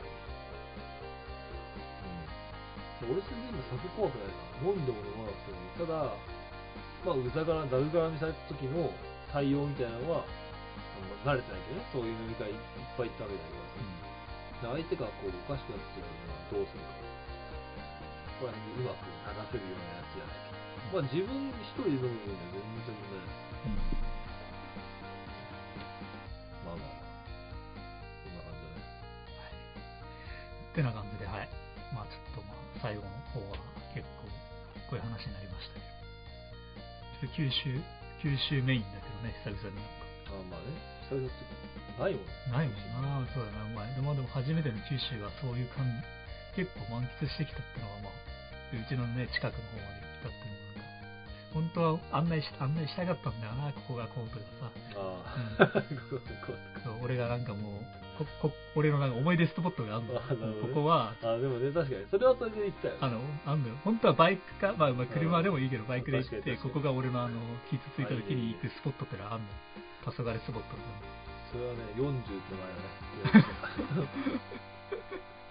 ですけど、うん、俺それで今酒怖くないな。飲んでも飲まなくてもいい。ただまあ、うざがら、だるがらみされた時の対応みたいなのは、慣れてないけどね、そういう飲み会いっぱい行ったわけだけど、うん、相手がこうおかしくなってるのはどうするか。これはうまく流せるようなやつじゃないけど、まあ自分一人で飲む分には全然問題ない。うん、まあまあ、こんな感じだね。 はい。ってな感じで、はい。まあちょっとまあ最後の方は結構こういう話になりましたけど。九州、九州メインだけどね、久々になんか。 ああ、まあね、久々ってないもんね。 ないもんな、そうだな、まあ、でもでも初めての九州がそういう感じ、結構満喫してきたってのは、まあ、うちのね、近くの方まで来たっていうのが、本当は案内し、案内したかったんだよな、ここがこうとかさ。ああ、うん、こここう俺がなんかもう、ここ俺のなんか思い出スポットがあるの。あ、ね、ここは。 あ、でもね、確かに。それはそれで行ったよ。 あの、あんのよ。本当はバイクか、まあ、まあ、車でもいいけど、バイクで行って、ここが俺のあの、傷ついた時に行くスポットってのはあんのよ。黄昏スポットっての。 それはね、よんじゅう手前だ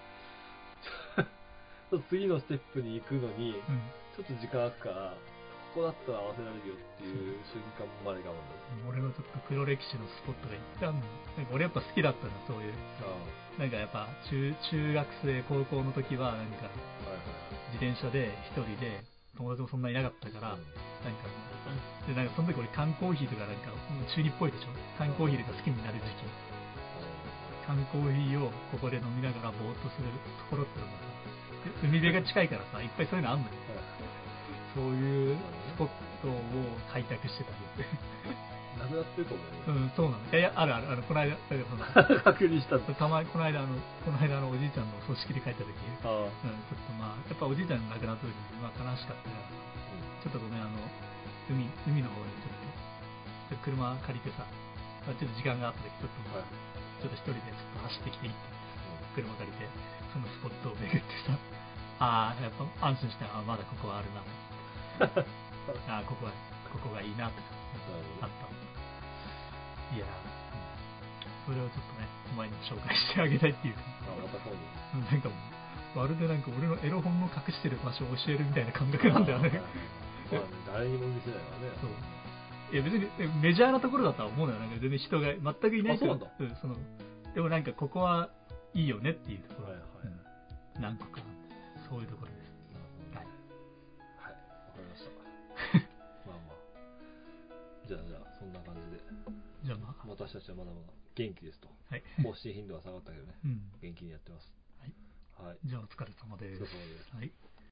ね。次のステップに行くのに、うん、ちょっと時間空くから、 こだったら合わせられるよっていう瞬間まで頑張る。 俺のちょっと黒歴史のスポットがいっぱいあるの。なんか俺やっぱ好きだったの、そういう。なんかやっぱ中中学生、高校の時は、なんか、自転車で一人で、友達もそんなにいなかったから、なんか、で、なんかその時俺缶コーヒーとかなんか、中二っぽいでしょ。缶コーヒーとか好きになる時期。缶コーヒーをここで飲みながらぼーっとするところってのがさ、海辺が近いからさ、いっぱいそういうのあんのよ。そういうスポットを開拓してたり。 なくなってるかもね。 うん、そうなの。いやいや、あるある。あの、この間、だけどその、 確認したんだ。 たまに、この間、あの、この間、あの、おじいちゃんの葬式で帰った時、 ああ、 うん、ちょっとまあ、やっぱおじいちゃんが亡くなった時に、まあ悲しかったからさ、ちょっとごめん、あの、海、海の方にちょっと、車借りてさ、まあ、ちょっと時間があった時、ちょっと、はい、ちょっと一人でちょっと走ってきていいって言って、車借りて、そのスポットを巡ってさ、ああ、やっぱ安心して、ああ、まだここはあるなと。ああ、ここは、ここがいいなとか、あった。いやー、それをちょっとね、お前に紹介してあげたいっていうか。 あ、また今度。 なんかもう、まるでなんか俺のエロ本の隠してる場所を教えるみたいな感覚なんだよね。 まあね、誰にも見せないからね。 そう。いや別にメジャーなところだとは思うのよ。なんか全然人が全くいないから。 あ、そうなんだ。 うん、その、でもなんかここはいいよねっていうところ。はいはい。うん、何個かそういうところです。はい。 はい。わかりました。まあまあ。じゃあじゃあ、そんな感じで。じゃあまあ。私たちはまだまだ元気ですと。はい。更新頻度は下がったけどね。うん。元気にやってます。はい。はい。じゃあお疲れ様です。お疲れ様です。はい。